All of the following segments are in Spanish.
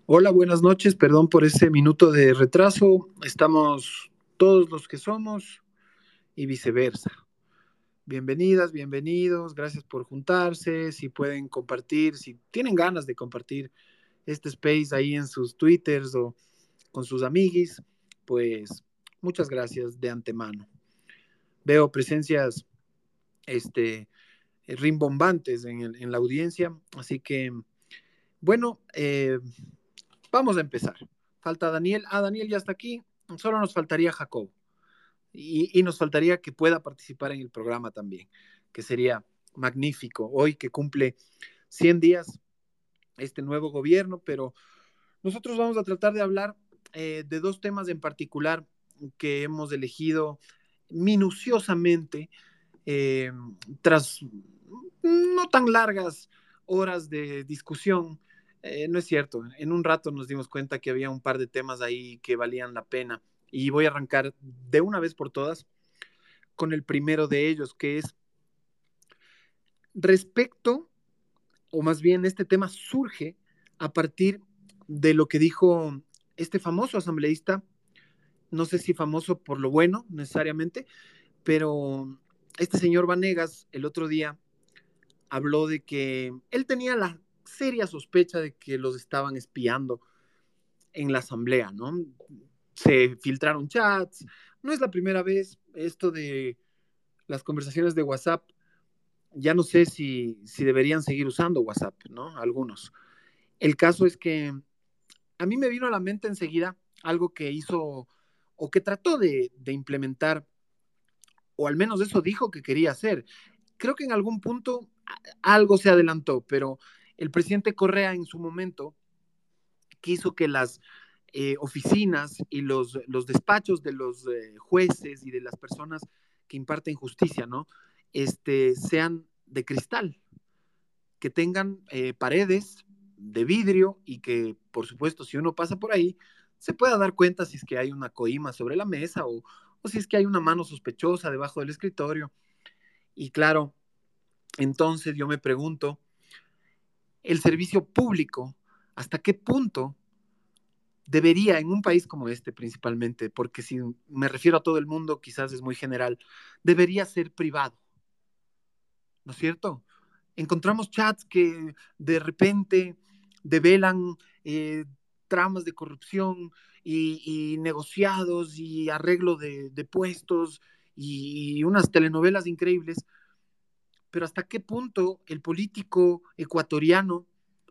Hola, buenas noches. Perdón por ese minuto de retraso. Estamos todos los que somos y viceversa. Bienvenidas, bienvenidos. Gracias por juntarse. Si pueden compartir, si tienen ganas de compartir este space ahí en sus twitters o con sus amiguis, pues muchas gracias de antemano. Veo presencias este, rimbombantes en la audiencia, así que bueno, vamos a empezar. Falta Daniel. Daniel ya está aquí. Solo nos faltaría Jacob. Y nos faltaría que pueda participar en el programa también, que sería magnífico. Hoy que cumple 100 días este nuevo gobierno, pero nosotros vamos a tratar de hablar de dos temas en particular que hemos elegido minuciosamente eh, tras no tan largas horas de discusión. No es cierto, en un rato nos dimos cuenta que había un par de temas ahí que valían la pena y voy a arrancar de una vez por todas con el primero de ellos, que es respecto, o más bien este tema surge a partir de lo que dijo este famoso asambleísta, no sé si famoso por lo bueno necesariamente, pero este señor Vanegas el otro día habló de que él tenía la seria sospecha de que los estaban espiando en la asamblea, ¿no? Se filtraron chats, no es la primera vez esto de las conversaciones de WhatsApp, ya no sé si deberían seguir usando WhatsApp, ¿no? Algunos. El caso es que a mí me vino a la mente enseguida algo que hizo o que trató de implementar, o al menos eso dijo que quería hacer. Creo que en algún punto algo se adelantó, pero el presidente Correa en su momento quiso que las oficinas y los despachos de los jueces y de las personas que imparten justicia, ¿no? Sean de cristal, que tengan paredes de vidrio y que, por supuesto, si uno pasa por ahí, se pueda dar cuenta si es que hay una coima sobre la mesa o si es que hay una mano sospechosa debajo del escritorio. Y claro, entonces yo me pregunto, el servicio público, ¿hasta qué punto debería, en un país como este principalmente, porque si me refiero a todo el mundo, quizás es muy general, debería ser privado, ¿no es cierto? Encontramos chats que de repente develan tramas de corrupción y negociados y arreglo de puestos y unas telenovelas increíbles, pero hasta qué punto el político ecuatoriano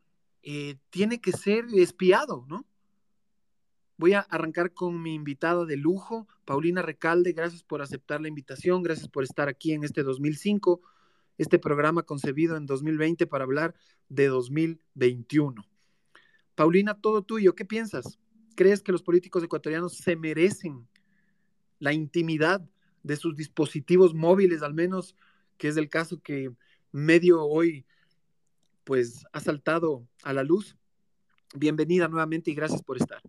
tiene que ser espiado, ¿no? Voy a arrancar con mi invitada de lujo, Paulina Recalde. Gracias por aceptar la invitación, gracias por estar aquí en este 2005, este programa concebido en 2020 para hablar de 2021. Paulina, todo tuyo, ¿qué piensas? ¿Crees que los políticos ecuatorianos se merecen la intimidad de sus dispositivos móviles, al menos, que es el caso que medio hoy pues ha saltado a la luz? Bienvenida nuevamente y gracias por estar.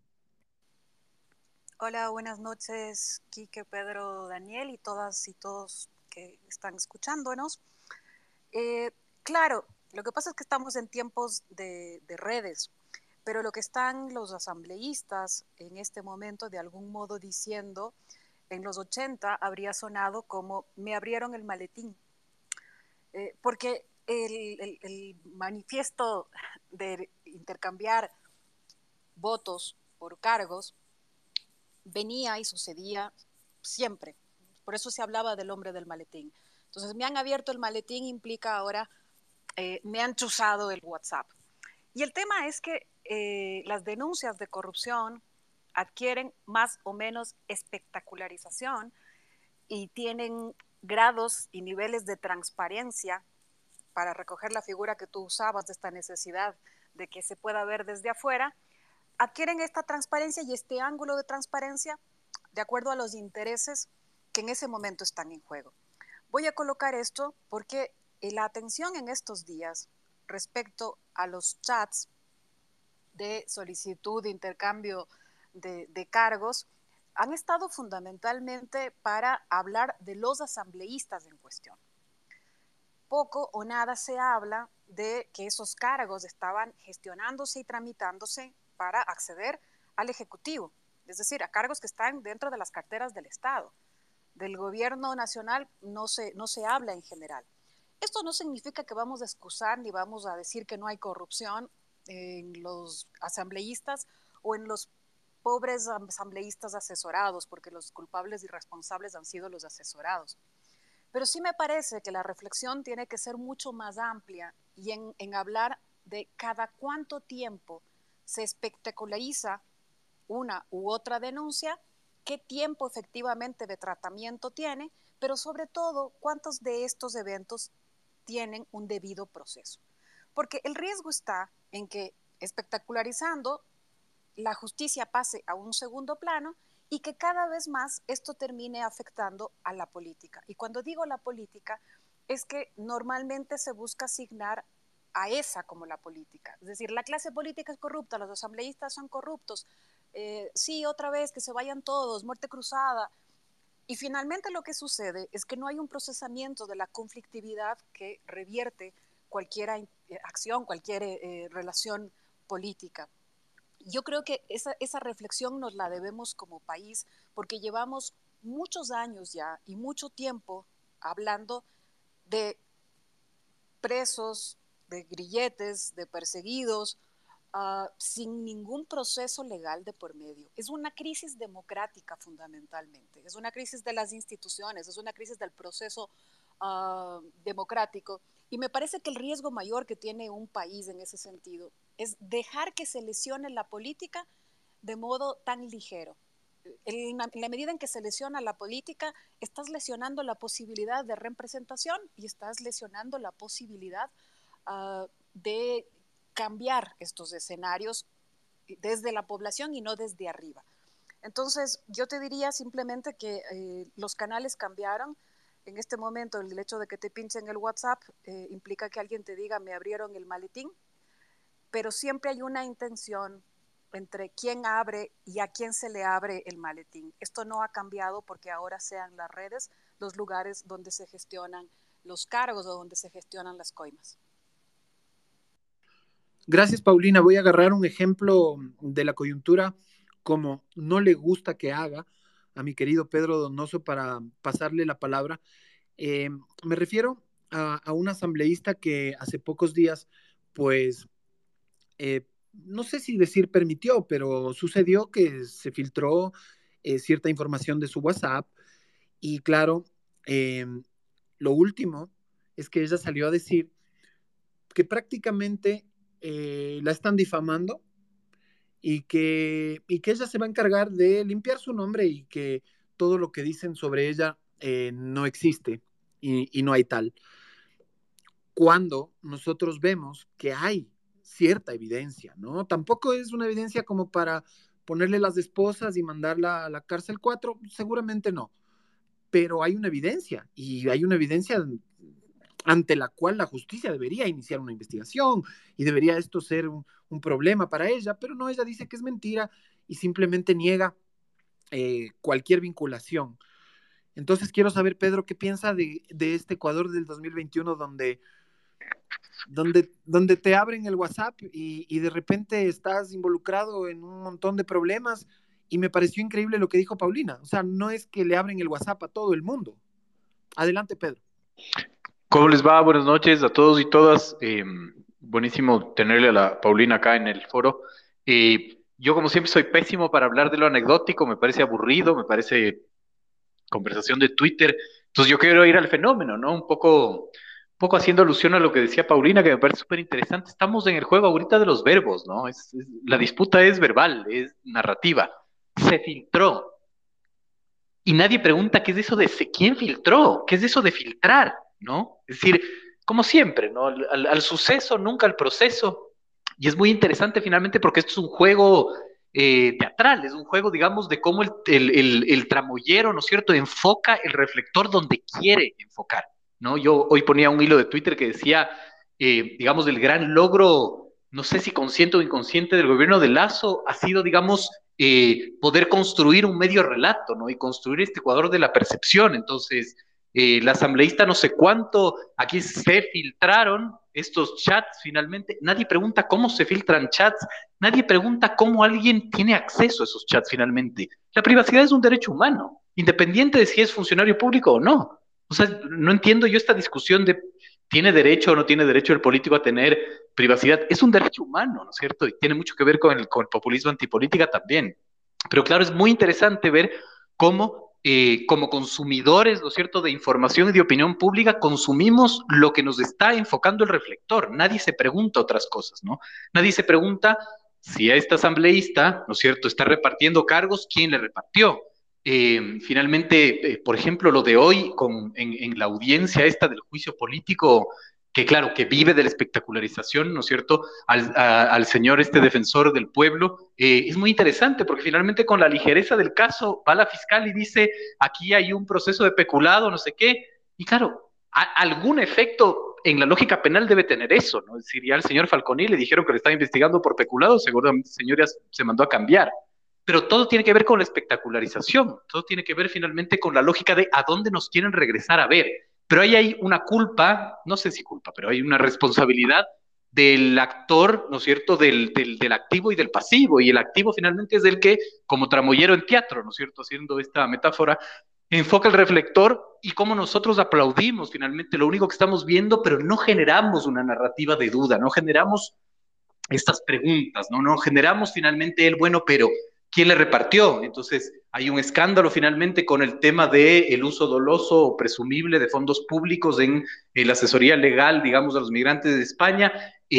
Hola, buenas noches, Quique, Pedro, Daniel y todas y todos que están escuchándonos. Eh, claro, lo que pasa es que estamos en tiempos de redes, pero lo que están los asambleístas en este momento de algún modo diciendo, en los 80 habría sonado como me abrieron el maletín, porque el manifiesto de intercambiar votos por cargos venía y sucedía siempre. Por eso se hablaba del hombre del maletín. Entonces, me han abierto el maletín implica ahora, me han chuzado el WhatsApp. Y el tema es que las denuncias de corrupción adquieren más o menos espectacularización y tienen grados y niveles de transparencia para recoger la figura que tú usabas de esta necesidad de que se pueda ver desde afuera, adquieren esta transparencia y este ángulo de transparencia de acuerdo a los intereses que en ese momento están en juego. Voy a colocar esto porque la atención en estos días respecto a los chats de solicitud de intercambio de cargos han estado fundamentalmente para hablar de los asambleístas en cuestión. Poco o nada se habla de que esos cargos estaban gestionándose y tramitándose para acceder al Ejecutivo, es decir, a cargos que están dentro de las carteras del Estado. Del gobierno nacional no se habla en general. Esto no significa que vamos a excusar ni vamos a decir que no hay corrupción en los asambleístas o en los pobres asambleístas asesorados, porque los culpables y responsables han sido los asesorados. Pero sí me parece que la reflexión tiene que ser mucho más amplia y en hablar de cada cuánto tiempo se espectaculariza una u otra denuncia, qué tiempo efectivamente de tratamiento tiene, pero sobre todo cuántos de estos eventos tienen un debido proceso. Porque el riesgo está en que espectacularizando la justicia pase a un segundo plano y que cada vez más esto termine afectando a la política. Y cuando digo la política, es que normalmente se busca asignar a esa como la política. Es decir, la clase política es corrupta, los asambleístas son corruptos, sí, otra vez, que se vayan todos, muerte cruzada. Y finalmente lo que sucede es que no hay un procesamiento de la conflictividad que revierte cualquier acción, cualquier relación política. Yo creo que esa reflexión nos la debemos como país porque llevamos muchos años ya y mucho tiempo hablando de presos, de grilletes, de perseguidos, sin ningún proceso legal de por medio. Es una crisis democrática fundamentalmente, es una crisis de las instituciones, es una crisis del proceso democrático. Y me parece que el riesgo mayor que tiene un país en ese sentido es dejar que se lesione la política de modo tan ligero. En la medida en que se lesiona la política, estás lesionando la posibilidad de representación y estás lesionando la posibilidad de cambiar estos escenarios desde la población y no desde arriba. Entonces, yo te diría simplemente que los canales cambiaron. En este momento, el hecho de que te pinchen el WhatsApp implica que alguien te diga, me abrieron el maletín, pero siempre hay una intención entre quién abre y a quién se le abre el maletín. Esto no ha cambiado porque ahora sean las redes los lugares donde se gestionan los cargos o donde se gestionan las coimas. Gracias, Paulina. Voy a agarrar un ejemplo de la coyuntura como no le gusta que haga a mi querido Pedro Donoso para pasarle la palabra. Me refiero a un asambleísta que hace pocos días, pues, no sé si decir permitió, pero sucedió que se filtró cierta información de su WhatsApp y claro, eh, lo último es que ella salió a decir que prácticamente la están difamando y que ella se va a encargar de limpiar su nombre y que todo lo que dicen sobre ella no existe y no hay tal. Cuando nosotros vemos que hay cierta evidencia, ¿no? Tampoco es una evidencia como para ponerle las esposas y mandarla a la cárcel 4, seguramente no, pero hay una evidencia y hay una evidencia ante la cual la justicia debería iniciar una investigación y debería esto ser un problema para ella, pero no, ella dice que es mentira y simplemente niega cualquier vinculación. Entonces quiero saber, Pedro, ¿qué piensa de este Ecuador del 2021 donde te abren el WhatsApp y de repente estás involucrado en un montón de problemas? Y me pareció increíble lo que dijo Paulina. O sea, no es que le abren el WhatsApp a todo el mundo. Adelante, Pedro. ¿Cómo les va? Buenas noches a todos y todas. Buenísimo tenerle a la Paulina acá en el foro. Yo, como siempre, soy pésimo para hablar de lo anecdótico, me parece aburrido, me parece conversación de Twitter. Entonces, yo quiero ir al fenómeno, ¿no? Un poco haciendo alusión a lo que decía Paulina, que me parece súper interesante. Estamos en el juego ahorita de los verbos, ¿no? La disputa es verbal, es narrativa. Se filtró. Y nadie pregunta qué es eso de quién filtró, qué es eso de filtrar, ¿no? Es decir, como siempre, ¿no? Al suceso, nunca al proceso. Y es muy interesante finalmente porque esto es un juego teatral, es un juego, digamos, de cómo el tramoyero, ¿no es cierto?, enfoca el reflector donde quiere enfocar, ¿no? Yo hoy ponía un hilo de Twitter que decía, digamos, el gran logro, no sé si consciente o inconsciente del gobierno de Lazo, ha sido, digamos, poder construir un medio relato, ¿no? Y construir este Ecuador de la percepción. Entonces, la asambleísta no sé cuánto, aquí se filtraron estos chats finalmente, nadie pregunta cómo se filtran chats, nadie pregunta cómo alguien tiene acceso a esos chats finalmente. La privacidad es un derecho humano, independiente de si es funcionario público o no. O sea, no entiendo yo esta discusión de ¿tiene derecho o no tiene derecho el político a tener privacidad? Es un derecho humano, ¿no es cierto? Y tiene mucho que ver con el populismo antipolítica también. Pero claro, es muy interesante ver cómo, como consumidores, ¿no es cierto?, de información y de opinión pública, consumimos lo que nos está enfocando el reflector. Nadie se pregunta otras cosas, ¿no? Nadie se pregunta si a esta asambleísta, ¿no es cierto?, está repartiendo cargos, ¿quién le repartió? Finalmente, por ejemplo, lo de hoy en la audiencia esta del juicio político, que claro, que vive de la espectacularización, ¿no es cierto?, al señor este defensor del pueblo, es muy interesante porque finalmente con la ligereza del caso va la fiscal y dice, aquí hay un proceso de peculado, no sé qué, y claro, algún efecto en la lógica penal debe tener eso, ¿no? Es decir, ya al señor Falconi le dijeron que le estaba investigando por peculado, seguramente el señor ya se mandó a cambiar. Pero todo tiene que ver con la espectacularización, todo tiene que ver finalmente con la lógica de a dónde nos quieren regresar a ver. Pero ahí hay una culpa, no sé si culpa, pero hay una responsabilidad del actor, ¿no es cierto?, del activo y del pasivo, y el activo finalmente es el que, como tramoyero en teatro, ¿no es cierto?, haciendo esta metáfora, enfoca el reflector y cómo nosotros aplaudimos finalmente lo único que estamos viendo, pero no generamos una narrativa de duda, no generamos estas preguntas, ¿no? No generamos finalmente el bueno, pero ¿quién le repartió? Entonces, hay un escándalo finalmente con el tema del uso doloso o presumible de fondos públicos en la asesoría legal, digamos, de los migrantes de España,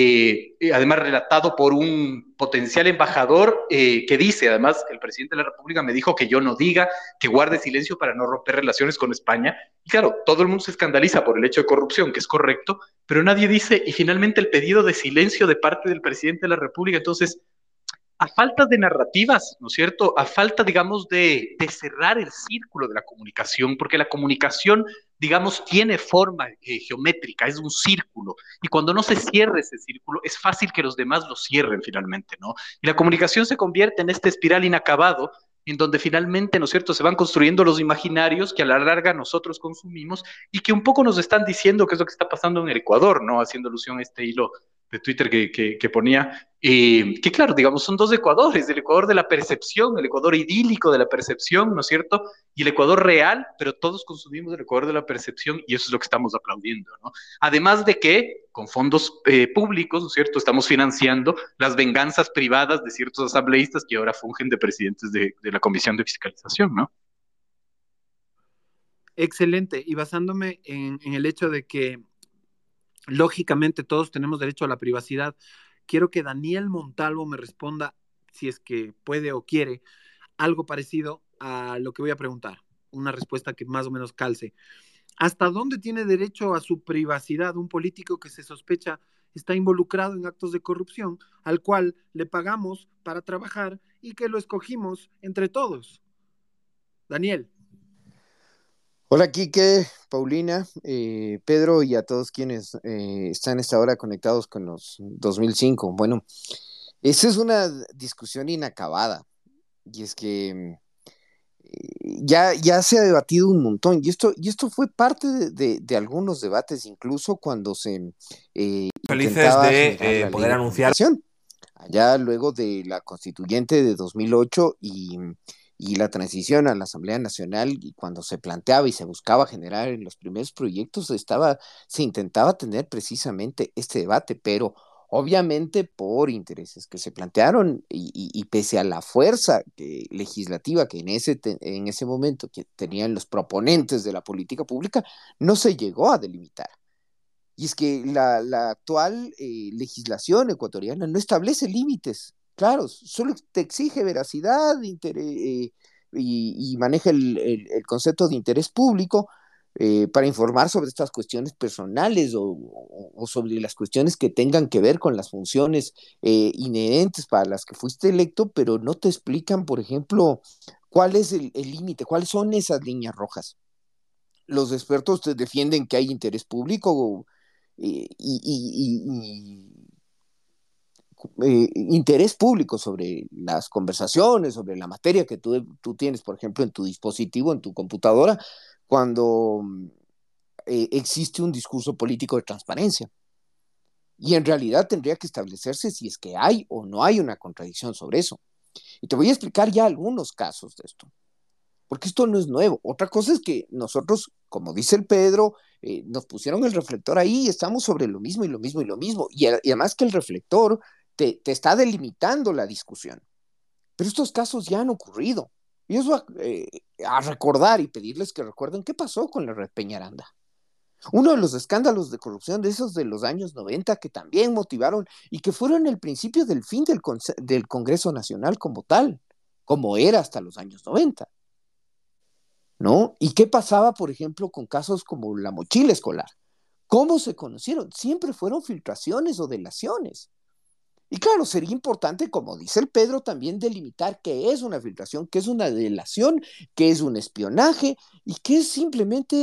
además relatado por un potencial embajador que dice, además, el presidente de la República me dijo que yo no diga, que guarde silencio para no romper relaciones con España. Y claro, todo el mundo se escandaliza por el hecho de corrupción, que es correcto, pero nadie dice, y finalmente el pedido de silencio de parte del presidente de la República. Entonces, a falta de narrativas, ¿no es cierto? A falta, digamos, de cerrar el círculo de la comunicación, porque la comunicación, digamos, tiene forma geométrica, es un círculo, y cuando no se cierra ese círculo, es fácil que los demás lo cierren finalmente, ¿no? Y la comunicación se convierte en este espiral inacabado, en donde finalmente, ¿no es cierto?, se van construyendo los imaginarios que a la larga nosotros consumimos y que un poco nos están diciendo qué es lo que está pasando en el Ecuador, ¿no? Haciendo alusión a este hilo de Twitter que ponía, que claro, digamos, son dos Ecuadores, el Ecuador de la percepción, el Ecuador idílico de la percepción, ¿no es cierto? Y el Ecuador real, pero todos consumimos el Ecuador de la percepción y eso es lo que estamos aplaudiendo, ¿no? Además de que con fondos públicos, ¿no es cierto?, estamos financiando las venganzas privadas de ciertos asambleístas que ahora fungen de presidentes de la Comisión de Fiscalización, ¿no? Excelente. Y basándome en el hecho de que lógicamente todos tenemos derecho a la privacidad, quiero que Daniel Montalvo me responda, si es que puede o quiere, algo parecido a lo que voy a preguntar, una respuesta que más o menos calce. ¿Hasta dónde tiene derecho a su privacidad un político que se sospecha está involucrado en actos de corrupción, al cual le pagamos para trabajar y que lo escogimos entre todos? Daniel. Hola, Quique, Paulina, Pedro y a todos quienes están a esta hora conectados con los 2005. Bueno, esa es una discusión inacabada y es que ya se ha debatido un montón y esto fue parte de algunos debates, incluso cuando se Felices intentaba de generar la poder ley de anunciar. comunicación. Allá luego de la constituyente de 2008 y la transición a la Asamblea Nacional, y cuando se planteaba y se buscaba generar en los primeros proyectos, se intentaba tener precisamente este debate, pero obviamente por intereses que se plantearon y pese a la fuerza legislativa que en ese momento que tenían los proponentes de la política pública, no se llegó a delimitar. Y es que la actual legislación ecuatoriana no establece límites claros, solo te exige veracidad y maneja el concepto de interés público para informar sobre estas cuestiones personales o sobre las cuestiones que tengan que ver con las funciones inherentes para las que fuiste electo, pero no te explican, por ejemplo, cuál es el límite, cuáles son esas líneas rojas. Los expertos te defienden que hay interés público interés público sobre las conversaciones, sobre la materia que tú tienes, por ejemplo, en tu dispositivo, en tu computadora, cuando existe un discurso político de transparencia. Y en realidad tendría que establecerse si es que hay o no hay una contradicción sobre eso. Y te voy a explicar ya algunos casos de esto, porque esto no es nuevo. Otra cosa es que nosotros, como dice el Pedro, nos pusieron el reflector ahí y estamos sobre lo mismo y lo mismo y lo mismo. Y además que el reflector te está delimitando la discusión. Pero estos casos ya han ocurrido. Y eso a recordar y pedirles que recuerden qué pasó con la red Peñaranda. Uno de los escándalos de corrupción de esos de los años 90 que también motivaron y que fueron el principio del fin del Congreso Nacional como tal, como era hasta los años 90, ¿no? ¿Y qué pasaba, por ejemplo, con casos como la mochila escolar? ¿Cómo se conocieron? Siempre fueron filtraciones o delaciones. Y claro, sería importante, como dice el Pedro, también delimitar qué es una filtración, qué es una delación, qué es un espionaje y qué es simplemente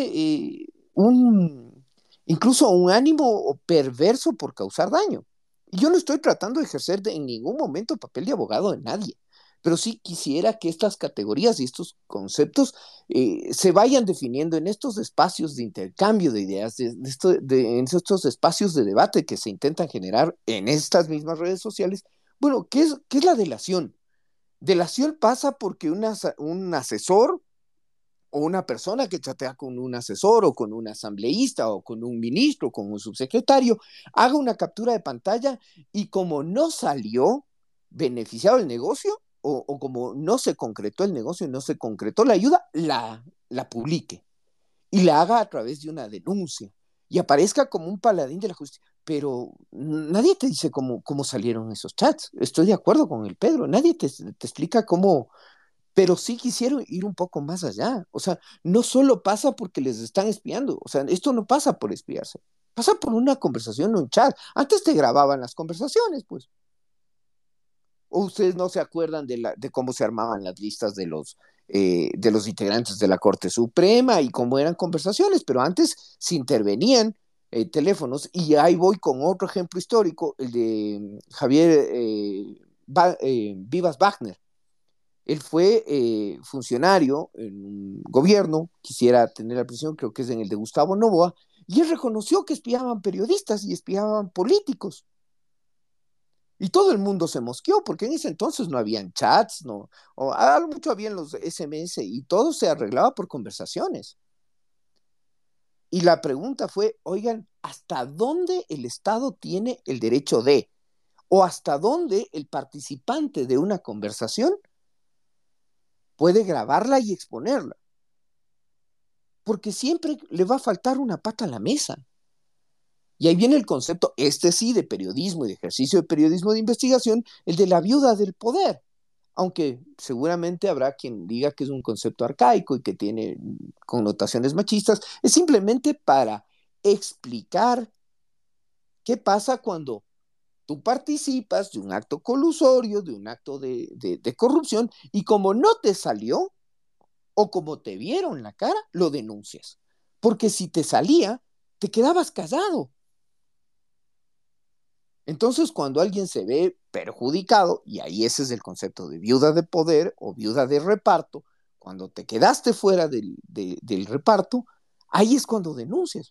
incluso un ánimo perverso por causar daño. Y yo no estoy tratando de ejercer en ningún momento papel de abogado de nadie, pero sí quisiera que estas categorías y estos conceptos se vayan definiendo en estos espacios de intercambio de ideas, en estos espacios de debate que se intentan generar en estas mismas redes sociales. Bueno, ¿qué es la delación? Delación pasa porque un asesor o una persona que chatea con un asesor o con un asambleísta o con un ministro, con un subsecretario, haga una captura de pantalla y como no salió beneficiado el negocio o como no se concretó el negocio y no se concretó la ayuda, la publique y la haga a través de una denuncia y aparezca como un paladín de la justicia. Pero nadie te dice cómo salieron esos chats. Estoy de acuerdo con el Pedro. Nadie te explica cómo, pero sí quisieron ir un poco más allá. O sea, no solo pasa porque les están espiando. O sea, esto no pasa por espiarse. Pasa por una conversación en un chat. Antes te grababan las conversaciones, pues. ¿O ustedes no se acuerdan de cómo se armaban las listas de los integrantes de la Corte Suprema y cómo eran conversaciones? Pero antes se intervenían teléfonos y ahí voy con otro ejemplo histórico, el de Javier Vivas Wagner. Él fue funcionario en un gobierno, quisiera tener la presión, creo que es en el de Gustavo Noboa, y él reconoció que espiaban periodistas y espiaban políticos. Y todo el mundo se mosqueó, porque en ese entonces no habían chats, no, o a lo mucho habían los SMS, y todo se arreglaba por conversaciones. Y la pregunta fue, oigan, ¿hasta dónde el Estado tiene el derecho de, o hasta dónde el participante de una conversación puede grabarla y exponerla? Porque siempre le va a faltar una pata a la mesa. Y ahí viene el concepto, sí, de periodismo y de ejercicio de periodismo de investigación, el de la viuda del poder. Aunque seguramente habrá quien diga que es un concepto arcaico y que tiene connotaciones machistas, es simplemente para explicar qué pasa cuando tú participas de un acto colusorio, de un acto de corrupción, y como no te salió, o como te vieron la cara, lo denuncias. Porque si te salía, te quedabas callado. Entonces, cuando alguien se ve perjudicado, y ahí ese es el concepto de viuda de poder o viuda de reparto, cuando te quedaste fuera del reparto, ahí es cuando denuncias.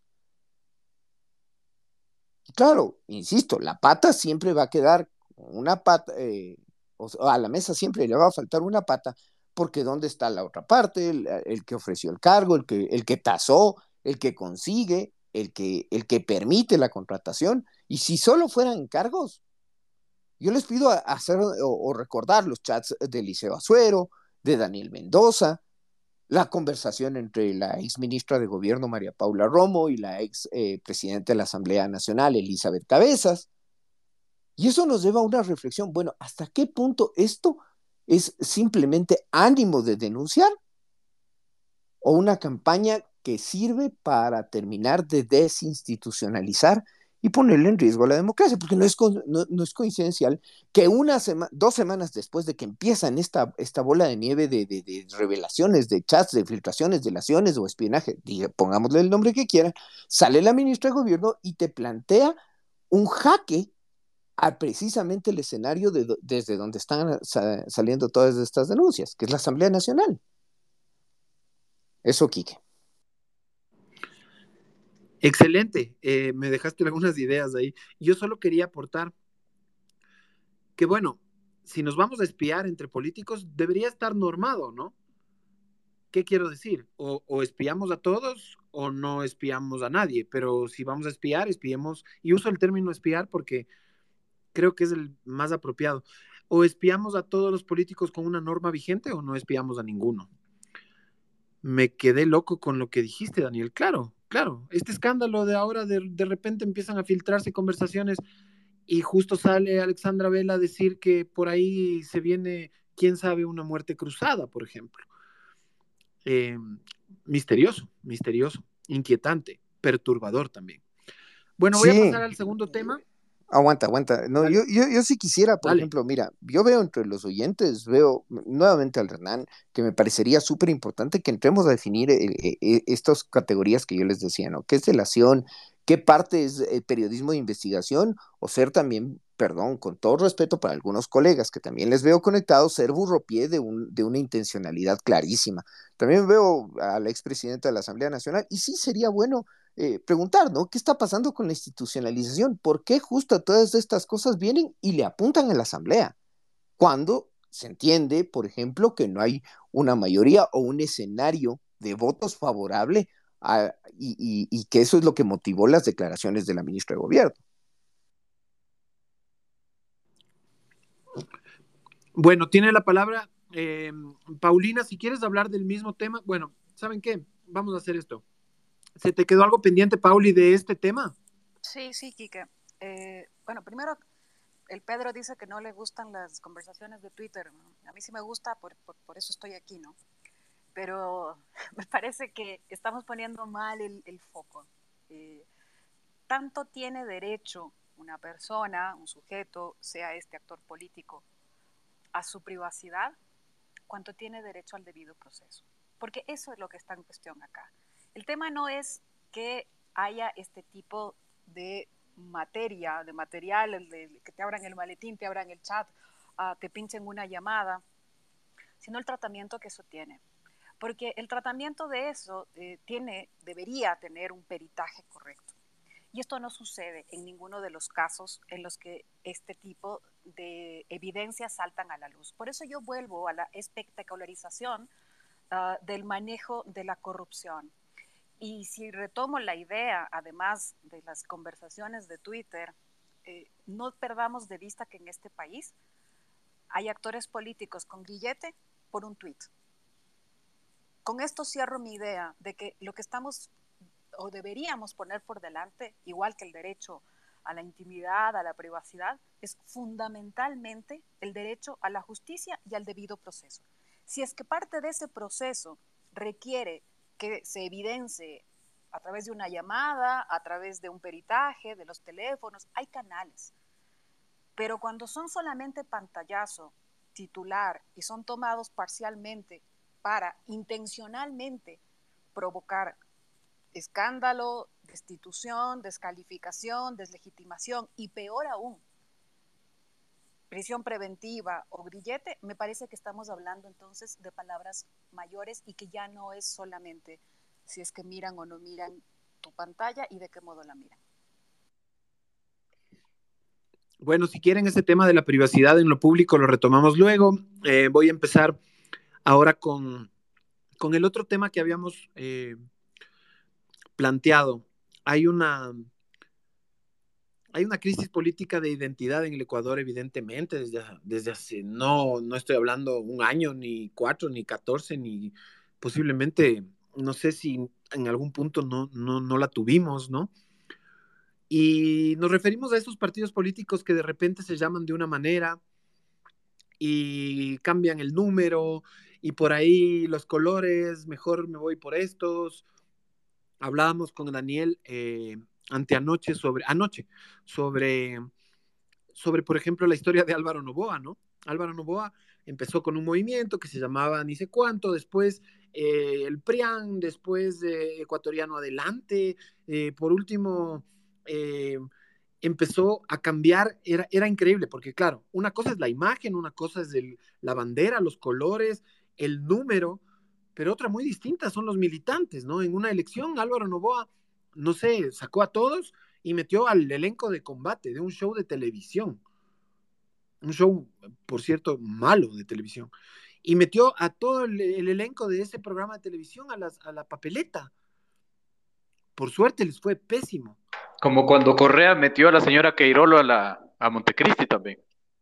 Y claro, insisto, la pata siempre va a quedar una pata, o a la mesa siempre le va a faltar una pata, porque ¿dónde está la otra parte? El que ofreció el cargo, el que tasó, el que consigue, el que permite la contratación. Y si solo fueran encargos, yo les pido hacer o recordar los chats de Eliseo Asuero, de Daniel Mendoza, la conversación entre la ex ministra de Gobierno María Paula Romo y la ex presidenta de la Asamblea Nacional Elizabeth Cabezas. Y eso nos lleva a una reflexión, bueno, ¿hasta qué punto esto es simplemente ánimo de denunciar o una campaña que sirve para terminar de desinstitucionalizar y ponerle en riesgo a la democracia? Porque no es coincidencial que 2 semanas después de que empiezan esta bola de nieve de revelaciones, de chats, de filtraciones, delaciones o espionaje, pongámosle el nombre que quieran, sale la ministra de Gobierno y te plantea un jaque a precisamente el escenario desde donde están saliendo todas estas denuncias, que es la Asamblea Nacional. Eso, Quique. Excelente, me dejaste algunas ideas ahí. Yo solo quería aportar que, bueno, si nos vamos a espiar entre políticos, debería estar normado, ¿no? ¿Qué quiero decir? O espiamos a todos o no espiamos a nadie, pero si vamos a espiar, espiemos, y uso el término espiar porque creo que es el más apropiado. O espiamos a todos los políticos con una norma vigente o no espiamos a ninguno. Me quedé loco con lo que dijiste, Daniel. Claro, claro. Este escándalo de ahora, de repente empiezan a filtrarse conversaciones y justo sale Alexandra Vela a decir que por ahí se viene, quién sabe, una muerte cruzada, por ejemplo. Eh, misterioso, misterioso, inquietante, perturbador también. Bueno, voy a Sí, pasar al segundo tema. aguanta. No, Dale, yo sí quisiera, por dale. ejemplo, mira, yo veo entre los oyentes, veo nuevamente al Renan, que me parecería súper importante que entremos a definir estas categorías que yo les decía, ¿no? ¿Qué es delación? ¿Qué parte es periodismo de investigación? O ser también, perdón, con todo respeto para algunos colegas que también les veo conectados, ser burropié de una intencionalidad clarísima. También veo al expresidente de la Asamblea Nacional y sí sería bueno preguntar, ¿no? ¿Qué está pasando con la institucionalización? ¿Por qué justo todas estas cosas vienen y le apuntan a la Asamblea? Cuando se entiende, por ejemplo, que no hay una mayoría o un escenario de votos favorable y que eso es lo que motivó las declaraciones de la ministra de Gobierno. Bueno, tiene la palabra Paulina, si quieres hablar del mismo tema. Bueno, ¿saben qué? Vamos a hacer esto. ¿Se te quedó algo pendiente, Pauli, de este tema? Sí, sí, Quique. Bueno, primero, el Pedro dice que no le gustan las conversaciones de Twitter, ¿no? A mí sí me gusta, por eso estoy aquí, ¿no? Pero me parece que estamos poniendo mal el foco. Eh, Tanto tiene derecho una persona, un sujeto, sea este actor político, a su privacidad, cuanto tiene derecho al debido proceso. Porque eso es lo que está en cuestión acá. El tema no es que haya este tipo de materia, de material, que te abran el maletín, te abran el chat, te pinchen una llamada, sino el tratamiento que eso tiene. Porque el tratamiento de eso debería tener un peritaje correcto. Y esto no sucede en ninguno de los casos en los que este tipo de evidencias saltan a la luz. Por eso yo vuelvo a la espectacularización del manejo de la corrupción. Y si retomo la idea, además de las conversaciones de Twitter, no perdamos de vista que en este país hay actores políticos con grillete por un tuit. Con esto cierro mi idea de que lo que estamos o deberíamos poner por delante, igual que el derecho a la intimidad, a la privacidad, es fundamentalmente el derecho a la justicia y al debido proceso. Si es que parte de ese proceso requiere que se evidencie a través de una llamada, a través de un peritaje, de los teléfonos, hay canales. Pero cuando son solamente pantallazo, titular, y son tomados parcialmente para intencionalmente provocar escándalo, destitución, descalificación, deslegitimación y peor aún, prisión preventiva o grillete, me parece que estamos hablando entonces de palabras mayores y que ya no es solamente si es que miran o no miran tu pantalla y de qué modo la miran. Bueno, si quieren ese tema de la privacidad en lo público lo retomamos luego. Voy a empezar ahora con el otro tema que habíamos planteado. Hay una, hay una crisis política de identidad en el Ecuador, evidentemente, desde hace, no estoy hablando un año, ni 4, ni 14, ni posiblemente, no sé si en algún punto no la tuvimos, ¿no? Y nos referimos a esos partidos políticos que de repente se llaman de una manera y cambian el número y por ahí los colores, mejor me voy por estos. Hablábamos con Daniel anoche, sobre, por ejemplo, la historia de Álvaro Noboa, ¿no? Álvaro Noboa empezó con un movimiento que se llamaba ni sé cuánto, después el PRIAN, después Ecuatoriano Adelante, por último empezó a cambiar, era increíble, porque claro, una cosa es la imagen, una cosa es la bandera, los colores, el número, pero otra muy distinta son los militantes, ¿no? En una elección, Álvaro Noboa no sé, sacó a todos y metió al elenco de combate de un show de televisión, un show, por cierto, malo de televisión, y metió a todo el elenco de ese programa de televisión a la papeleta. Por suerte les fue pésimo. Como cuando Correa metió a la señora Queirolo a Montecristi también.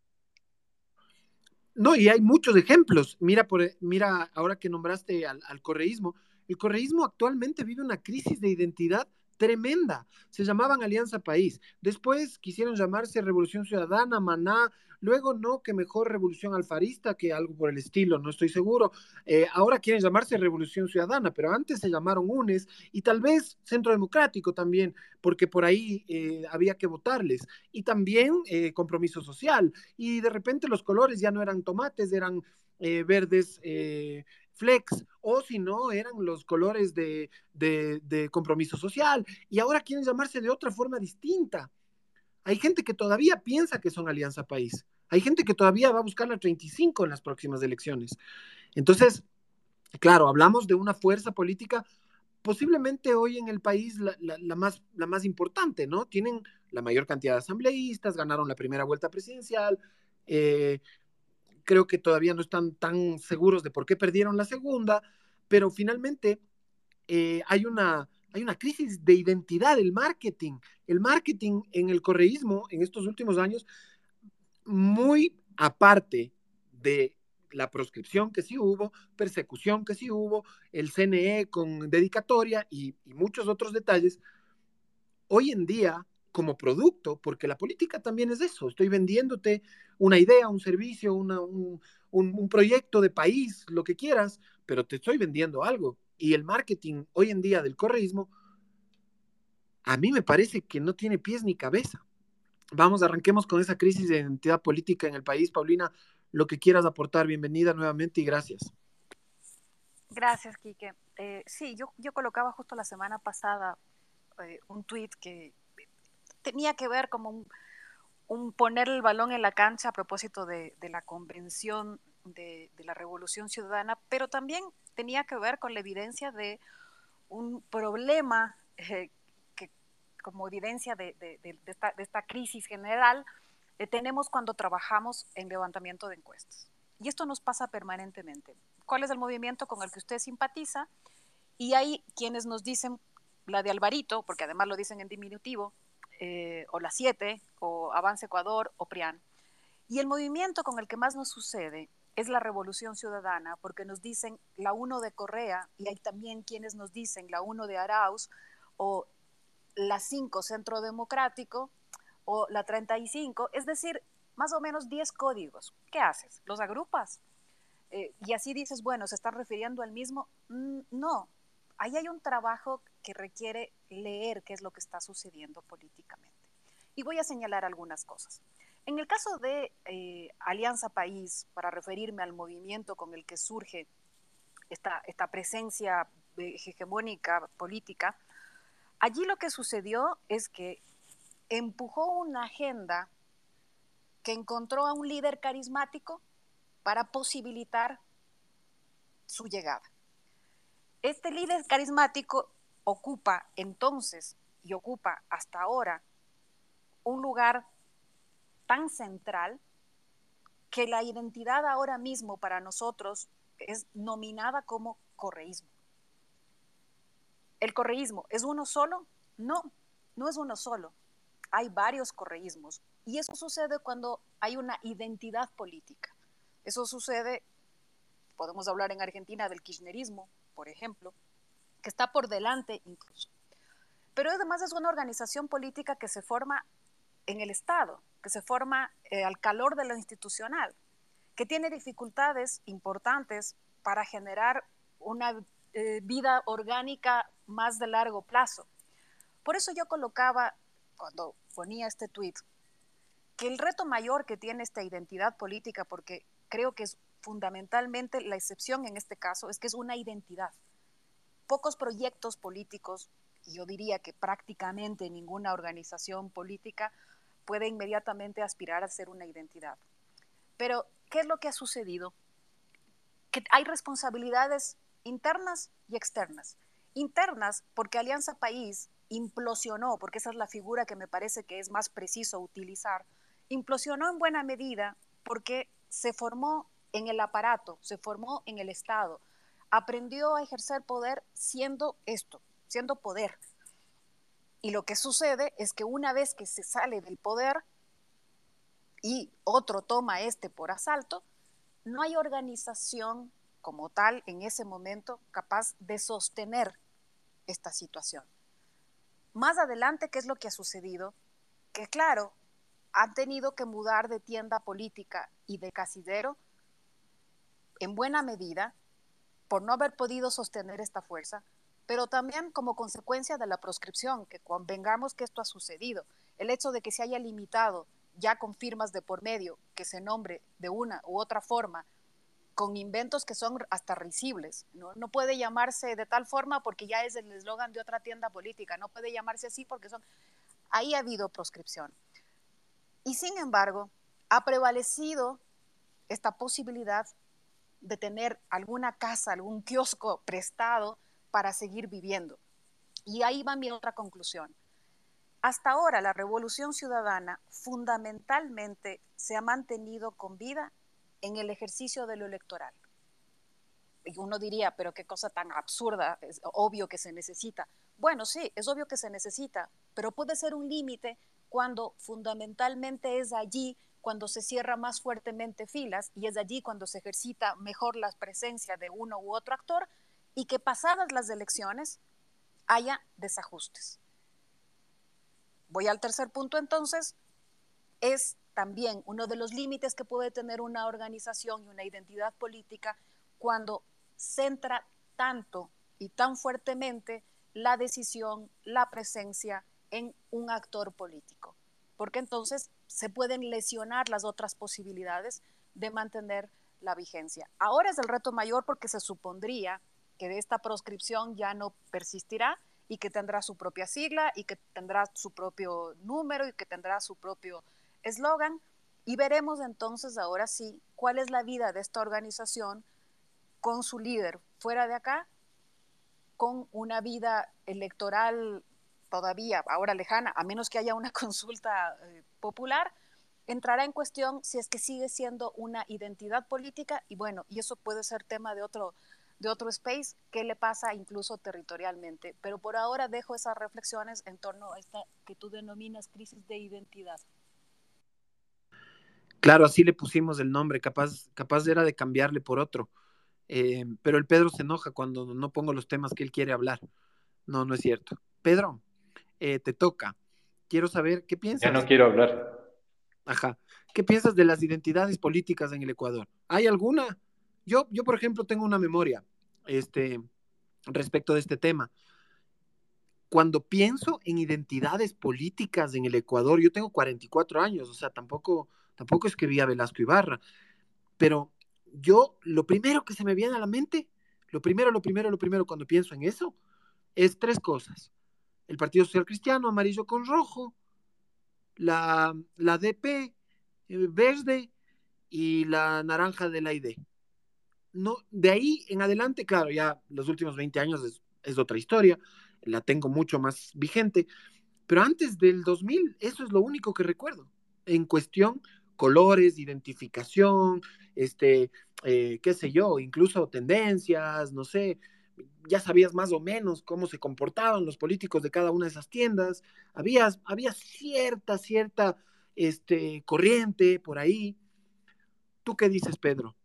No, y hay muchos ejemplos. Mira ahora que nombraste al correísmo, el correísmo actualmente vive una crisis de identidad tremenda. Se llamaban Alianza País. Después quisieron llamarse Revolución Ciudadana, Maná. Luego no, que mejor Revolución Alfarista, que algo por el estilo, no estoy seguro. Ahora quieren llamarse Revolución Ciudadana, pero antes se llamaron UNES y tal vez Centro Democrático también, porque por ahí había que votarles. Y también Compromiso Social. Y de repente los colores ya no eran tomates, eran verdes flex, o si no, eran los colores de Compromiso Social, y ahora quieren llamarse de otra forma distinta. Hay gente que todavía piensa que son Alianza País, hay gente que todavía va a buscar la 35 en las próximas elecciones. Entonces, claro, hablamos de una fuerza política posiblemente hoy en el país la más importante, ¿no? Tienen la mayor cantidad de asambleístas, ganaron la primera vuelta presidencial, eh, creo que todavía no están tan seguros de por qué perdieron la segunda, pero finalmente hay una crisis de identidad, el marketing en el correísmo en estos últimos años, muy aparte de la proscripción que sí hubo, persecución que sí hubo, el CNE con dedicatoria y muchos otros detalles, hoy en día como producto, porque la política también es eso, estoy vendiéndote una idea, un servicio, un proyecto de país, lo que quieras, pero te estoy vendiendo algo. Y el marketing hoy en día del correísmo, a mí me parece que no tiene pies ni cabeza. Vamos, arranquemos con esa crisis de identidad política en el país. Paulina, lo que quieras aportar, bienvenida nuevamente y gracias. Gracias, Quique. Sí, yo colocaba justo la semana pasada un tuit que tenía que ver como un poner el balón en la cancha a propósito de la convención de la Revolución Ciudadana, pero también tenía que ver con la evidencia de un problema que como evidencia de esta crisis general tenemos cuando trabajamos en levantamiento de encuestas. Y esto nos pasa permanentemente. ¿Cuál es el movimiento con el que usted simpatiza? Y hay quienes nos dicen la de Alvarito, porque además lo dicen en diminutivo, o la 7, o Avance Ecuador, o PRIAN. Y el movimiento con el que más nos sucede es la Revolución Ciudadana, porque nos dicen la 1 de Correa, y hay también quienes nos dicen la 1 de Arauz, o la 5 Centro Democrático, o la 35, es decir, más o menos 10 códigos. ¿Qué haces? ¿Los agrupas? Y así dices, bueno, ¿se están refiriendo al mismo? No, ahí hay un trabajo que requiere leer qué es lo que está sucediendo políticamente. Y voy a señalar algunas cosas. En el caso de Alianza País, para referirme al movimiento con el que surge esta presencia hegemónica política, allí lo que sucedió es que empujó una agenda que encontró a un líder carismático para posibilitar su llegada. Este líder carismático ocupa entonces y ocupa hasta ahora un lugar tan central que la identidad ahora mismo para nosotros es nominada como correísmo. ¿El correísmo es uno solo? No, no es uno solo. Hay varios correísmos y eso sucede cuando hay una identidad política. Eso sucede, podemos hablar en Argentina del kirchnerismo, por ejemplo, que está por delante incluso. Pero además es una organización política que se forma en el Estado, que se forma al calor de lo institucional, que tiene dificultades importantes para generar una vida orgánica más de largo plazo. Por eso yo colocaba, cuando ponía este tuit, que el reto mayor que tiene esta identidad política, porque creo que es fundamentalmente la excepción en este caso, es que es una identidad. Pocos proyectos políticos, y yo diría que prácticamente ninguna organización política puede inmediatamente aspirar a ser una identidad. Pero, ¿qué es lo que ha sucedido? Que hay responsabilidades internas y externas. Internas, porque Alianza País implosionó, porque esa es la figura que me parece que es más preciso utilizar, implosionó en buena medida porque se formó en el aparato, se formó en el Estado, aprendió a ejercer poder siendo esto, siendo poder. Y lo que sucede es que una vez que se sale del poder y otro toma este por asalto, no hay organización como tal en ese momento capaz de sostener esta situación. Más adelante, ¿qué es lo que ha sucedido? Que claro, han tenido que mudar de tienda política y de casidero en buena medida por no haber podido sostener esta fuerza, pero también como consecuencia de la proscripción, que convengamos que esto ha sucedido, el hecho de que se haya limitado ya con firmas de por medio que se nombre de una u otra forma, con inventos que son hasta risibles, ¿no? No puede llamarse de tal forma porque ya es el eslogan de otra tienda política, no puede llamarse así porque son... Ahí ha habido proscripción. Y sin embargo, ha prevalecido esta posibilidad de tener alguna casa, algún kiosco prestado para seguir viviendo. Y ahí va mi otra conclusión. Hasta ahora la Revolución Ciudadana fundamentalmente se ha mantenido con vida en el ejercicio de lo electoral. Y uno diría, pero qué cosa tan absurda, es obvio que se necesita. Bueno, sí, es obvio que se necesita, pero puede ser un límite cuando fundamentalmente es allí cuando se cierra más fuertemente filas y es allí cuando se ejercita mejor la presencia de uno u otro actor y que pasadas las elecciones haya desajustes. Voy al tercer punto entonces, es también uno de los límites que puede tener una organización y una identidad política cuando centra tanto y tan fuertemente la decisión, la presencia en un actor político, porque entonces se pueden lesionar las otras posibilidades de mantener la vigencia. Ahora es el reto mayor porque se supondría que de esta proscripción ya no persistirá y que tendrá su propia sigla y que tendrá su propio número y que tendrá su propio eslogan, y veremos entonces ahora sí cuál es la vida de esta organización con su líder fuera de acá, con una vida electoral todavía ahora lejana, a menos que haya una consulta popular, entrará en cuestión si es que sigue siendo una identidad política y bueno, y eso puede ser tema de otro space, qué le pasa incluso territorialmente. Pero por ahora dejo esas reflexiones en torno a esta que tú denominas crisis de identidad. Claro, así le pusimos el nombre, capaz era de cambiarle por otro. Pero el Pedro se enoja cuando no pongo los temas que él quiere hablar. No, no es cierto. Pedro, te toca. Quiero saber qué Ya no piensas. quiero hablar. Ajá. ¿Qué piensas de las identidades políticas en el Ecuador? ¿Hay alguna? Yo, por ejemplo, tengo una memoria respecto de este tema. Cuando pienso en identidades políticas en el Ecuador, yo tengo 44 años, o sea, tampoco es que vi a Velasco Ibarra, pero yo, lo primero que se me viene a la mente, lo primero, cuando pienso en eso, es tres cosas. El Partido Social Cristiano, amarillo con rojo, la DP, verde, y la naranja de la ID. No, de ahí en adelante, claro, ya los últimos 20 años es otra historia, la tengo mucho más vigente, pero antes del 2000, eso es lo único que recuerdo. En cuestión, colores, identificación, qué sé yo, incluso tendencias, no sé, ya sabías más o menos cómo se comportaban los políticos de cada una de esas tiendas, había cierta corriente por ahí. ¿Tú qué dices, Pedro?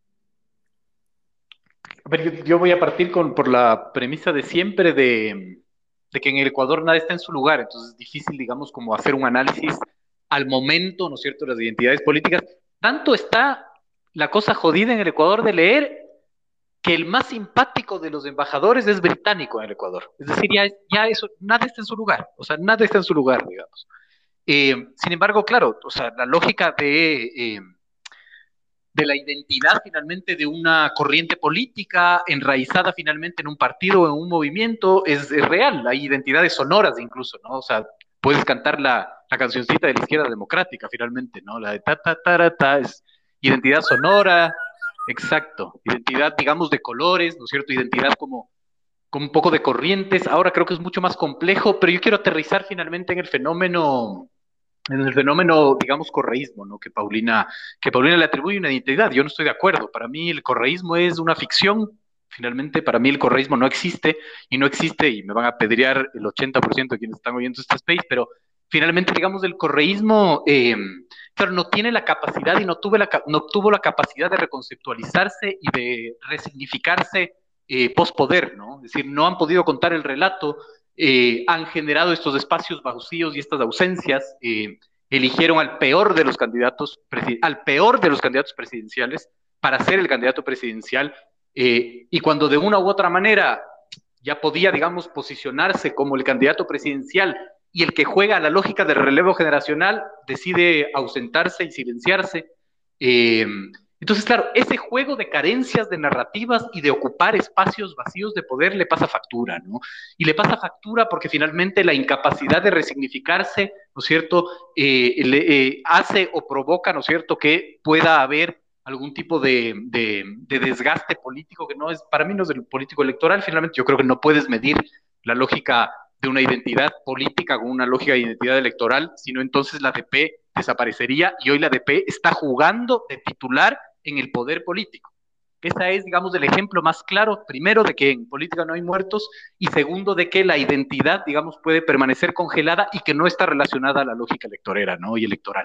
A ver, yo voy a partir por la premisa de siempre de que en el Ecuador nada está en su lugar, entonces es difícil, digamos, como hacer un análisis al momento, ¿no es cierto?, de las identidades políticas. Tanto está la cosa jodida en el Ecuador de leer que el más simpático de los embajadores es británico en el Ecuador. Es decir, ya eso, nada está en su lugar, o sea, nada está en su lugar, digamos. Sin embargo, claro, o sea, la lógica de la identidad finalmente de una corriente política enraizada finalmente en un partido o en un movimiento es real. Hay identidades sonoras incluso, ¿no? O sea, puedes cantar la cancioncita de la izquierda democrática finalmente, ¿no? La de ta, ta, ta, ta, ta, es identidad sonora, exacto. Identidad, digamos, de colores, ¿no es cierto? Identidad como con un poco de corrientes. Ahora creo que es mucho más complejo, pero yo quiero aterrizar finalmente en el fenómeno, digamos, correísmo, ¿no? Que Paulina le atribuye una identidad. Yo no estoy de acuerdo. Para mí el correísmo es una ficción. Finalmente, para mí el correísmo no existe y me van a apedrear el 80% de quienes están oyendo este space, pero finalmente, digamos, el correísmo, claro, no tiene la capacidad y no tuvo la capacidad de reconceptualizarse y de resignificarse post-poder, ¿no? Es decir, no han podido contar el relato, han generado estos espacios vacíos y estas ausencias, eligieron al peor de los candidatos presidenciales para ser el candidato presidencial, y cuando de una u otra manera ya podía, digamos, posicionarse como el candidato presidencial y el que juega a la lógica del relevo generacional decide ausentarse y silenciarse. Eh, entonces, claro, ese juego de carencias de narrativas y de ocupar espacios vacíos de poder le pasa factura, ¿no? Y le pasa factura porque finalmente la incapacidad de resignificarse, ¿no es cierto?, hace o provoca, ¿no es cierto?, que pueda haber algún tipo de desgaste político que no es, para mí no es el político electoral. Finalmente yo creo que no puedes medir la lógica de una identidad política con una lógica de identidad electoral, sino entonces la ADP desaparecería y hoy la ADP está jugando de titular en el poder político. Ese es, digamos, el ejemplo más claro, primero, de que en política no hay muertos, y segundo, de que la identidad, digamos, puede permanecer congelada y que no está relacionada a la lógica electorera, ¿no? Y electoral.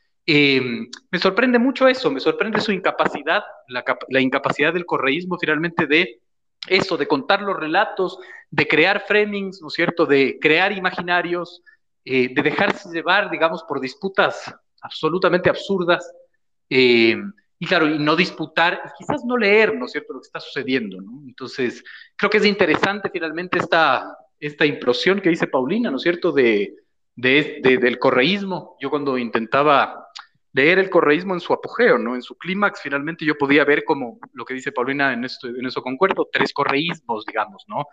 Me sorprende mucho eso, me sorprende su incapacidad, la incapacidad del correísmo finalmente de eso, de contar los relatos, de crear framings, ¿no es cierto?, de crear imaginarios, de dejarse llevar, digamos, por disputas absolutamente absurdas, eh, y claro, y no disputar, quizás no leer, ¿no es cierto?, lo que está sucediendo, ¿no? Entonces, creo que es interesante finalmente esta implosión que dice Paulina, ¿no es cierto?, del correísmo. Yo cuando intentaba leer el correísmo en su apogeo, ¿no? En su clímax, finalmente yo podía ver como lo que dice Paulina, en eso concuerdo, tres correísmos, digamos, ¿no?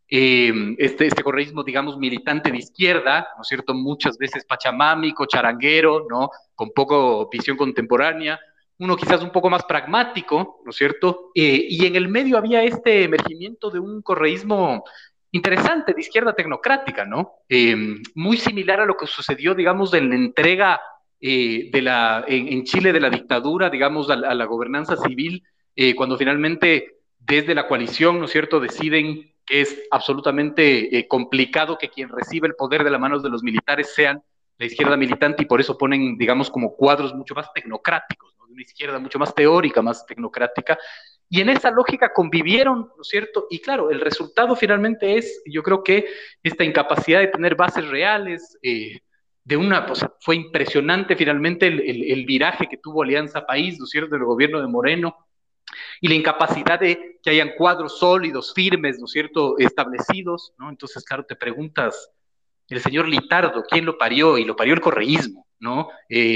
Este correísmo, digamos, militante de izquierda, ¿no es cierto? Muchas veces pachamámico, charanguero, ¿no? Con poco visión contemporánea, uno quizás un poco más pragmático, ¿no es cierto? Y en el medio había este emergimiento de un correísmo interesante, de izquierda tecnocrática, ¿no? Muy similar a lo que sucedió, digamos, en la entrega en Chile de la dictadura, digamos, a la gobernanza civil, cuando finalmente desde la coalición, ¿no es cierto?, deciden que es absolutamente complicado que quien recibe el poder de las manos de los militares sean la izquierda militante, y por eso ponen, digamos, como cuadros mucho más tecnocráticos, ¿no? De una izquierda mucho más teórica, más tecnocrática, y en esa lógica convivieron, ¿no es cierto? Y claro, el resultado finalmente es, yo creo que esta incapacidad de tener bases reales, o sea, fue impresionante finalmente el viraje que tuvo Alianza País, ¿no es cierto?, del gobierno de Moreno, y la incapacidad de que hayan cuadros sólidos, firmes, ¿no es cierto?, establecidos, ¿no? Entonces, claro, te preguntas, el señor Litardo, ¿quién lo parió? Y lo parió el correísmo, ¿no?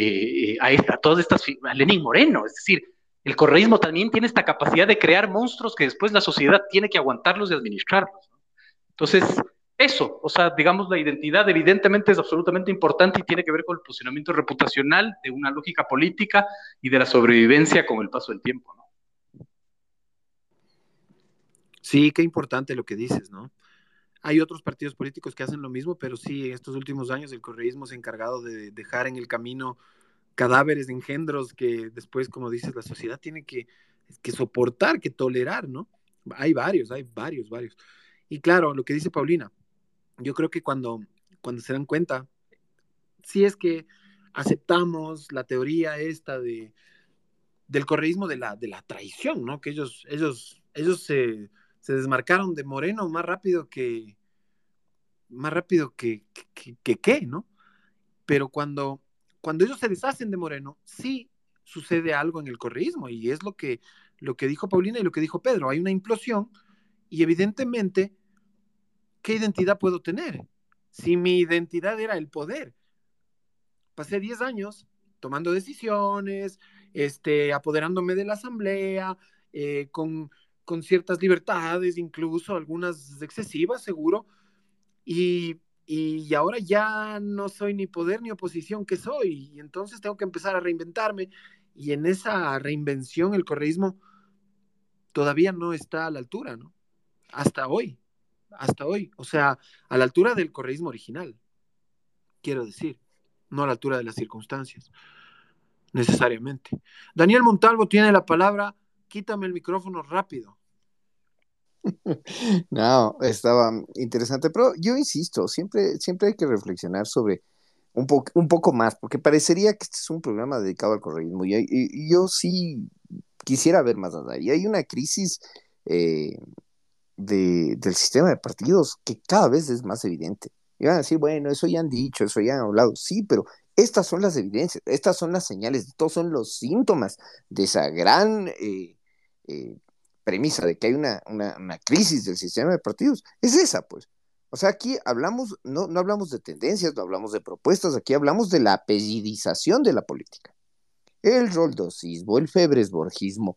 A todas estas, a Lenín Moreno, es decir, el correísmo también tiene esta capacidad de crear monstruos que después la sociedad tiene que aguantarlos y administrarlos, ¿no? Entonces, eso, o sea, digamos, la identidad evidentemente es absolutamente importante y tiene que ver con el posicionamiento reputacional de una lógica política y de la sobrevivencia con el paso del tiempo, ¿no? Sí, qué importante lo que dices, ¿no? Hay otros partidos políticos que hacen lo mismo, pero sí, en estos últimos años el correísmo se ha encargado de dejar en el camino cadáveres, engendros que después, como dices, la sociedad tiene que soportar, que tolerar, ¿no? Hay varios, varios. Y claro, lo que dice Paulina, yo creo que cuando se dan cuenta, si es que aceptamos la teoría esta del correísmo de la traición, ¿no? Que ellos se desmarcaron de Moreno más rápido que, ¿no? Pero cuando ellos se deshacen de Moreno, sí sucede algo en el correísmo, y es lo que dijo Paulina y lo que dijo Pedro. Hay una implosión, y evidentemente, ¿qué identidad puedo tener? Si mi identidad era el poder, pasé 10 años tomando decisiones, apoderándome de la asamblea, con ciertas libertades, incluso algunas excesivas, seguro, y ahora ya no soy ni poder ni oposición, ¿qué soy? Y entonces tengo que empezar a reinventarme, y en esa reinvención el correísmo todavía no está a la altura, ¿no? Hasta hoy. hasta hoy. O sea, a la altura del correísmo original, quiero decir, no a la altura de las circunstancias, necesariamente. Daniel Montalvo tiene la palabra, quítame el micrófono rápido. No, estaba interesante, pero yo insisto, siempre hay que reflexionar sobre un poco más, porque parecería que este es un programa dedicado al correísmo, y yo sí quisiera ver más allá. Y hay una crisis eh, del sistema de partidos que cada vez es más evidente. Y van a decir, bueno, eso ya han dicho, eso ya han hablado, sí, pero estas son las evidencias, estas son las señales, estos son los síntomas de esa gran eh, premisa de que hay una crisis del sistema de partidos. Es esa, pues. O sea, aquí hablamos, no hablamos de tendencias, no hablamos de propuestas, aquí hablamos de la apellidización de la política. El roldosismo, el febresborgismo,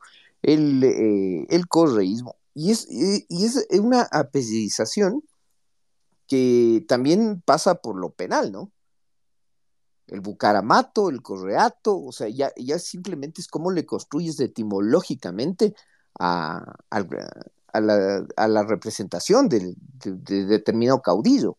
el correísmo. Y es una apellidización que también pasa por lo penal, ¿no? El bucaramato, el correato, o sea, ya simplemente es cómo le construyes etimológicamente a, a la representación de determinado caudillo.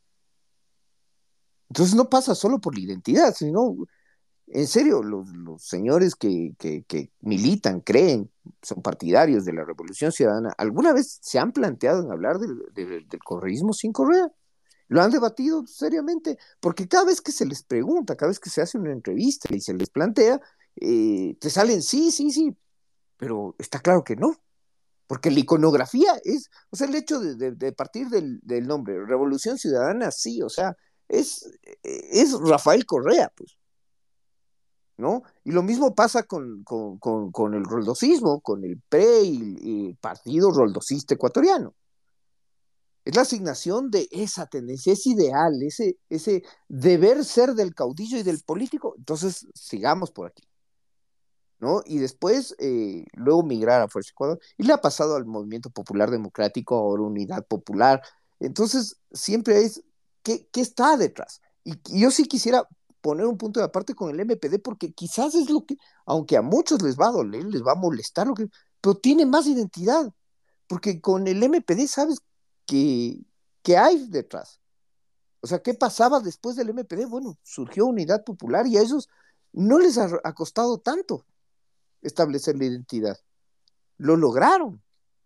Entonces no pasa solo por la identidad, sino, en serio, los señores que militan, creen, son partidarios de la Revolución Ciudadana, ¿alguna vez se han planteado en hablar del correísmo sin Correa? Lo han debatido seriamente, porque cada vez que se les pregunta, cada vez que se hace una entrevista y se les plantea, te salen sí, sí, sí, pero está claro que no, porque la iconografía es, o sea, el hecho de partir del nombre, Revolución Ciudadana, sí, o sea, es Rafael Correa, pues, ¿no? Y lo mismo pasa con el roldosismo, con el PRE y el Partido Roldosista Ecuatoriano. Es la asignación de esa tendencia, ese ideal, ese deber ser del caudillo y del político. Entonces, sigamos por aquí, ¿no? Y después, luego migrar a Fuerza Ecuador. Y le ha pasado al Movimiento Popular Democrático, ahora Unidad Popular. Entonces, siempre es, ¿qué está detrás? Y yo sí quisiera poner un punto de aparte con el MPD, porque quizás es lo que, aunque a muchos les va a doler, les va a molestar, pero tiene más identidad, porque con el MPD sabes que, que hay detrás. O sea, ¿qué pasaba después del MPD? Bueno, surgió Unidad Popular y a ellos no les ha costado tanto establecer la identidad. Lo lograron.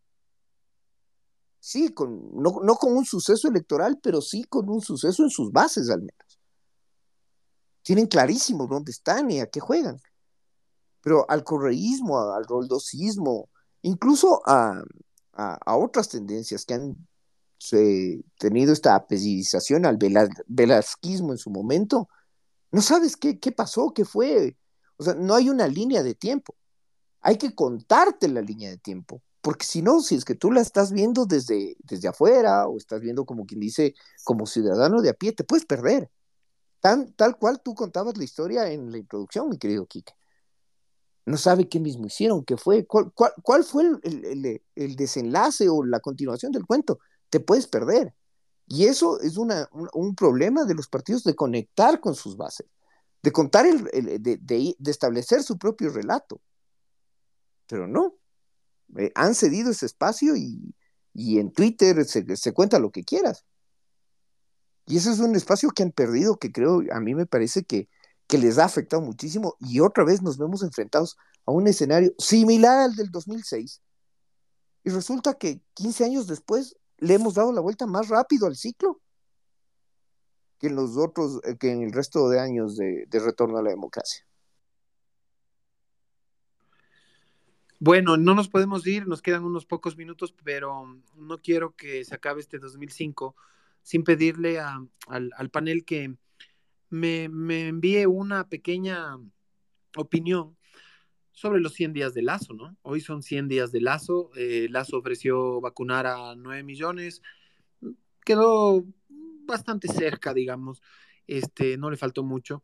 Sí, no con un suceso electoral, pero sí con un suceso en sus bases al menos. Tienen clarísimo dónde están y a qué juegan. Pero al correísmo, al roldosismo, incluso a otras tendencias que han tenido esta apellidización al velasquismo en su momento, no sabes qué pasó, qué fue. O sea, no hay una línea de tiempo. Hay que contarte la línea de tiempo. Porque si no, si es que tú la estás viendo desde afuera o estás viendo como quien dice, como ciudadano de a pie, te puedes perder. Tal cual tú contabas la historia en la introducción, mi querido Quique. No sabe qué mismo hicieron, qué fue, cuál fue el desenlace o la continuación del cuento. Te puedes perder. Y eso es un problema de los partidos de conectar con sus bases, de contar, de establecer su propio relato. Pero no, han cedido ese espacio y en Twitter se cuenta lo que quieras. Y ese es un espacio que han perdido, que creo, a mí me parece que les ha afectado muchísimo. Y otra vez nos vemos enfrentados a un escenario similar al del 2006. Y resulta que 15 años después le hemos dado la vuelta más rápido al ciclo que en los otros, que en el resto de años de retorno a la democracia. Bueno, no nos podemos ir, nos quedan unos pocos minutos, pero no quiero que se acabe este 2005 sin pedirle al panel que me envíe una pequeña opinión sobre los 100 días de Lazo, ¿no? Hoy son 100 días de Lazo. Lazo ofreció vacunar a 9 millones, quedó bastante cerca, digamos, no le faltó mucho.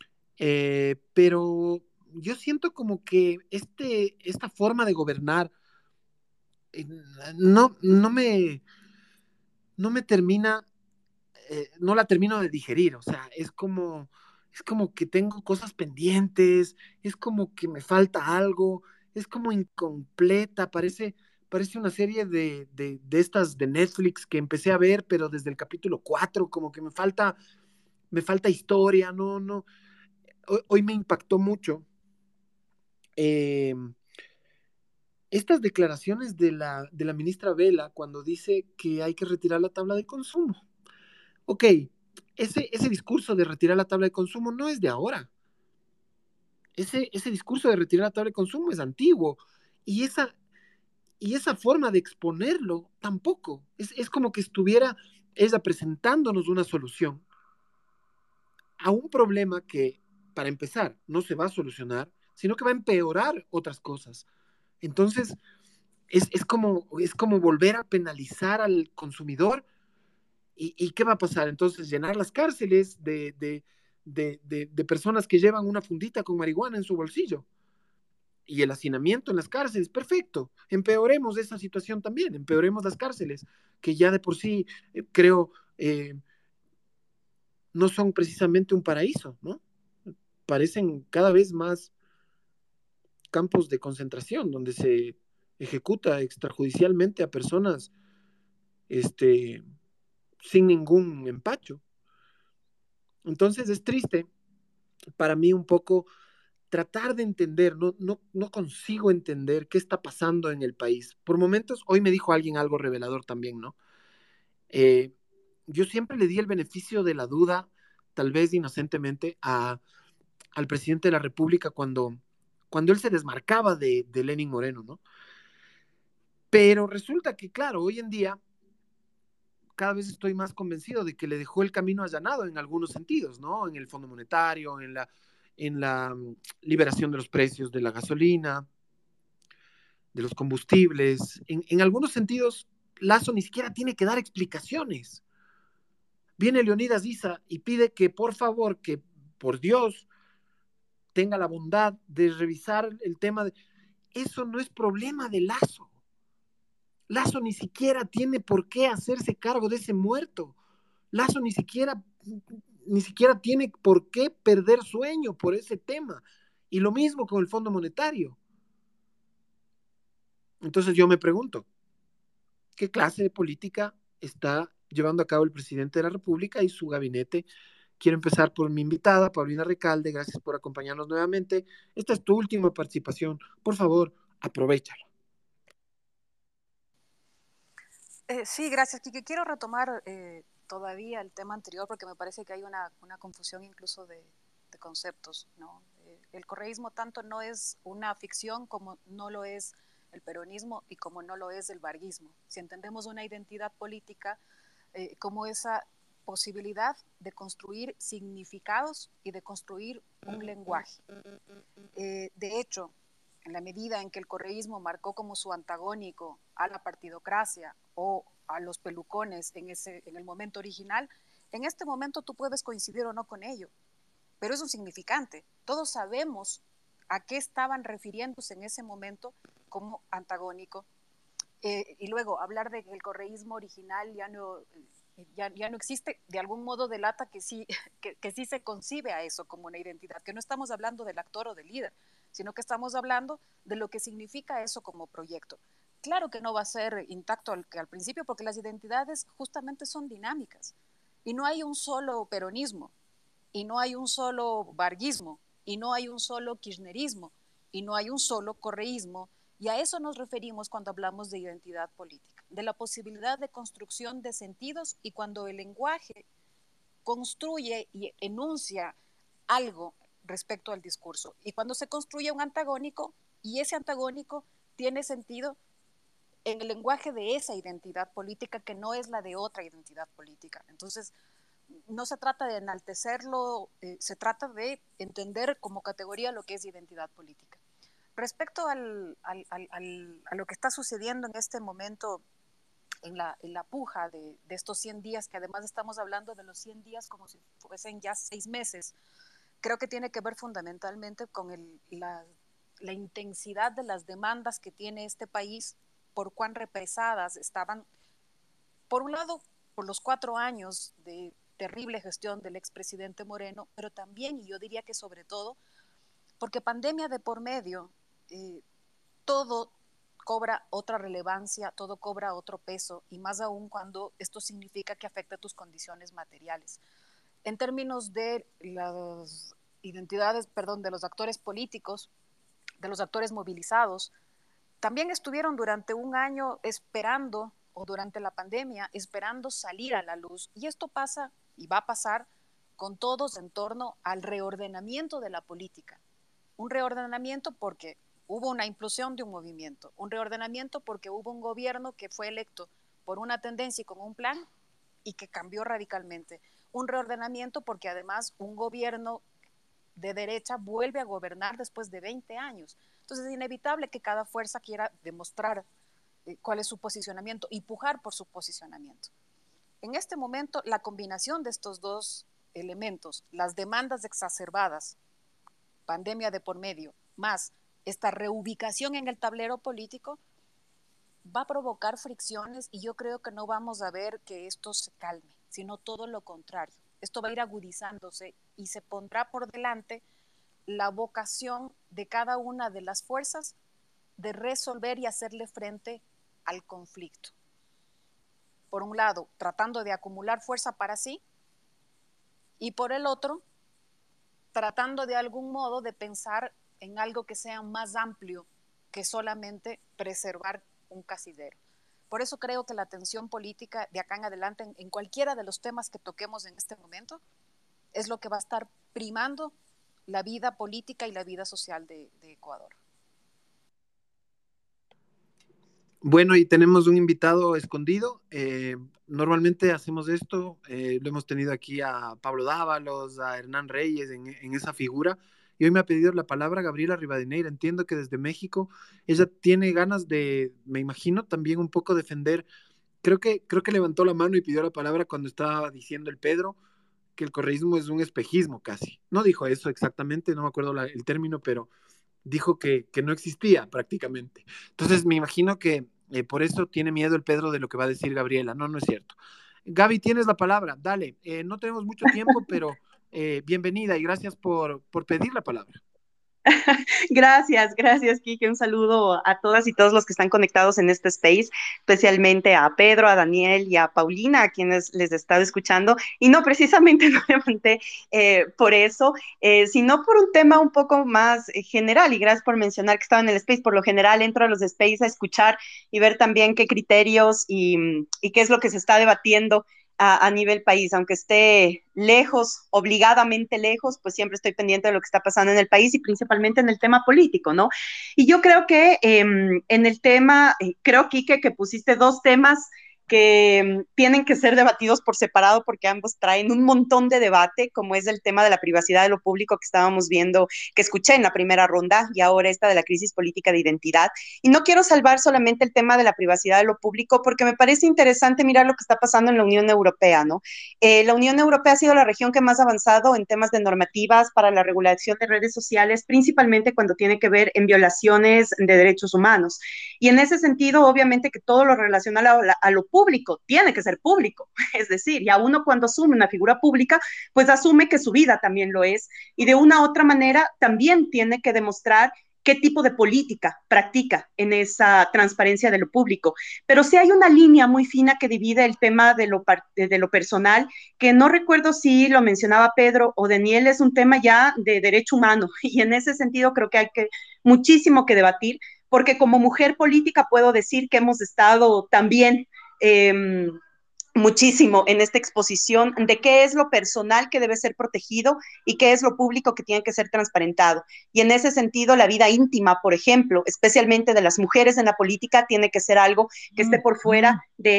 Pero yo siento como que esta forma de gobernar eh, no, no me termina, no la termino de digerir, o sea, es como que tengo cosas pendientes, es como que me falta algo, es como incompleta, parece una serie de estas de Netflix que empecé a ver, pero desde el capítulo 4 como que me falta historia, no. Hoy me impactó mucho eh, estas declaraciones de la ministra Vela cuando dice que hay que retirar la tabla de consumo. Ok, ese discurso de retirar la tabla de consumo no es de ahora. Ese discurso de retirar la tabla de consumo es antiguo. Y esa forma de exponerlo tampoco. Es como que estuviera ella presentándonos una solución a un problema que, para empezar, no se va a solucionar, sino que va a empeorar otras cosas. Entonces, es como volver a penalizar al consumidor. ¿Y qué va a pasar? Entonces, llenar las cárceles de personas que llevan una fundita con marihuana en su bolsillo. Y el hacinamiento en las cárceles, perfecto. Empeoremos esa situación también, empeoremos las cárceles, que ya de por sí, creo, no son precisamente un paraíso, ¿no? Parecen cada vez más campos de concentración, donde se ejecuta extrajudicialmente a personas este, sin ningún empacho. Entonces es triste para mí un poco tratar de entender, no consigo entender qué está pasando en el país. Por momentos, hoy me dijo alguien algo revelador también, ¿no? Eh, yo siempre le di el beneficio de la duda, tal vez inocentemente, al presidente de la República cuando él se desmarcaba de Lenin Moreno, ¿no? Pero resulta que, claro, hoy en día cada vez estoy más convencido de que le dejó el camino allanado en algunos sentidos, ¿no? En el Fondo Monetario, en la liberación de los precios de la gasolina, de los combustibles. En algunos sentidos, Lazo ni siquiera tiene que dar explicaciones. Viene Leonidas Issa y pide que, por favor, que por Dios, tenga la bondad de revisar el tema. Eso no es problema de Lazo. Lazo ni siquiera tiene por qué hacerse cargo de ese muerto. Lazo ni siquiera tiene por qué perder sueño por ese tema. Y lo mismo con el Fondo Monetario. Entonces yo me pregunto, ¿qué clase de política está llevando a cabo el presidente de la República y su gabinete? Quiero empezar por mi invitada, Paulina Recalde. Gracias por acompañarnos nuevamente. Esta es tu última participación. Por favor, aprovéchala. Sí, gracias, Quique. Quiero retomar todavía el tema anterior porque me parece que hay una confusión incluso de conceptos, ¿no? El correísmo tanto no es una ficción como no lo es el peronismo y como no lo es el varguismo. Si entendemos una identidad política como esa posibilidad de construir significados y de construir un lenguaje. De hecho, en la medida en que el correísmo marcó como su antagónico a la partidocracia o a los pelucones en el momento original, en este momento tú puedes coincidir o no con ello, pero es un significante. Todos sabemos a qué estaban refiriéndose en ese momento como antagónico. Y luego hablar de que el correísmo original ya no existe, de algún modo delata que sí, que sí se concibe a eso como una identidad, que no estamos hablando del actor o del líder, sino que estamos hablando de lo que significa eso como proyecto. Claro que no va a ser intacto al principio porque las identidades justamente son dinámicas y no hay un solo peronismo y no hay un solo varguismo y no hay un solo kirchnerismo y no hay un solo correísmo, y a eso nos referimos cuando hablamos de identidad política, de la posibilidad de construcción de sentidos, y cuando el lenguaje construye y enuncia algo respecto al discurso. Y cuando se construye un antagónico y ese antagónico tiene sentido en el lenguaje de esa identidad política que no es la de otra identidad política. Entonces, no se trata de enaltecerlo, se trata de entender como categoría lo que es identidad política. Respecto a lo que está sucediendo en este momento en la puja de estos 100 días, que además estamos hablando de los 100 días como si fuesen ya 6 meses, creo que tiene que ver fundamentalmente con la intensidad de las demandas que tiene este país, por cuán represadas estaban, por un lado, por los 4 años de terrible gestión del expresidente Moreno, pero también, y yo diría que sobre todo, porque pandemia de por medio, todo cobra otra relevancia, todo cobra otro peso, y más aún cuando esto significa que afecta tus condiciones materiales. En términos de las identidades, perdón, de los actores políticos, de los actores movilizados, también estuvieron durante un año esperando, o durante la pandemia, esperando salir a la luz. Y esto pasa y va a pasar con todos en torno al reordenamiento de la política. Un reordenamiento porque hubo una implosión de un movimiento, un reordenamiento porque hubo un gobierno que fue electo por una tendencia y con un plan y que cambió radicalmente. Un reordenamiento porque además un gobierno de derecha vuelve a gobernar después de 20 años. Entonces es inevitable que cada fuerza quiera demostrar cuál es su posicionamiento y pujar por su posicionamiento. En este momento, la combinación de estos dos elementos, las demandas exacerbadas, pandemia de por medio, más esta reubicación en el tablero político, va a provocar fricciones, y yo creo que no vamos a ver que esto se calme, sino todo lo contrario. Esto va a ir agudizándose y se pondrá por delante la vocación de cada una de las fuerzas de resolver y hacerle frente al conflicto. Por un lado, tratando de acumular fuerza para sí, y por el otro, tratando de algún modo de pensar en algo que sea más amplio que solamente preservar un casidero. Por eso creo que la tensión política de acá en adelante, en cualquiera de los temas que toquemos en este momento, es lo que va a estar primando la vida política y la vida social de Ecuador. Bueno, y tenemos un invitado escondido. Normalmente hacemos esto, lo hemos tenido aquí a Pablo Dávalos, a Hernán Reyes en esa figura, y hoy me ha pedido la palabra Gabriela Rivadeneira. Entiendo que desde México ella tiene ganas de, me imagino, también un poco defender. Creo que levantó la mano y pidió la palabra cuando estaba diciendo el Pedro que el correísmo es un espejismo casi. No dijo eso exactamente, no me acuerdo el término, pero dijo que no existía prácticamente. Entonces me imagino que por eso tiene miedo el Pedro de lo que va a decir Gabriela. No, no es cierto. Gaby, tienes la palabra, dale. No tenemos mucho tiempo, pero bienvenida y gracias por pedir la palabra. Gracias, Kike. Un saludo a todas y todos los que están conectados en este space, especialmente a Pedro, a Daniel y a Paulina, a quienes les he estado escuchando. Y no, precisamente no levanté por eso, sino por un tema un poco más general. Y gracias por mencionar que estaba en el space. Por lo general entro a los space a escuchar y ver también qué criterios y qué es lo que se está debatiendo a nivel país, aunque esté lejos, obligadamente lejos, pues siempre estoy pendiente de lo que está pasando en el país y principalmente en el tema político, ¿no? Y yo creo que en el tema, creo, Quique, que pusiste dos temas que tienen que ser debatidos por separado porque ambos traen un montón de debate, como es el tema de la privacidad de lo público que estábamos viendo, que escuché en la primera ronda, y ahora esta de la crisis política de identidad. Y no quiero salvar solamente el tema de la privacidad de lo público porque me parece interesante mirar lo que está pasando en la Unión Europea, ¿no? La Unión Europea ha sido la región que más ha avanzado en temas de normativas para la regulación de redes sociales, principalmente cuando tiene que ver en violaciones de derechos humanos. Y en ese sentido, obviamente que todo lo relacionado a lo público tiene que ser público, es decir, ya uno cuando asume una figura pública, pues asume que su vida también lo es, y de una u otra manera también tiene que demostrar qué tipo de política practica en esa transparencia de lo público. Pero sí hay una línea muy fina que divide el tema de lo personal, que no recuerdo si lo mencionaba Pedro o Daniel, es un tema ya de derecho humano, y en ese sentido creo que hay muchísimo que debatir, porque como mujer política puedo decir que hemos estado también muchísimo en esta exposición de qué es lo personal que debe ser protegido y qué es lo público que tiene que ser transparentado. Y en ese sentido, la vida íntima, por ejemplo, especialmente de las mujeres en la política, tiene que ser algo que esté por fuera de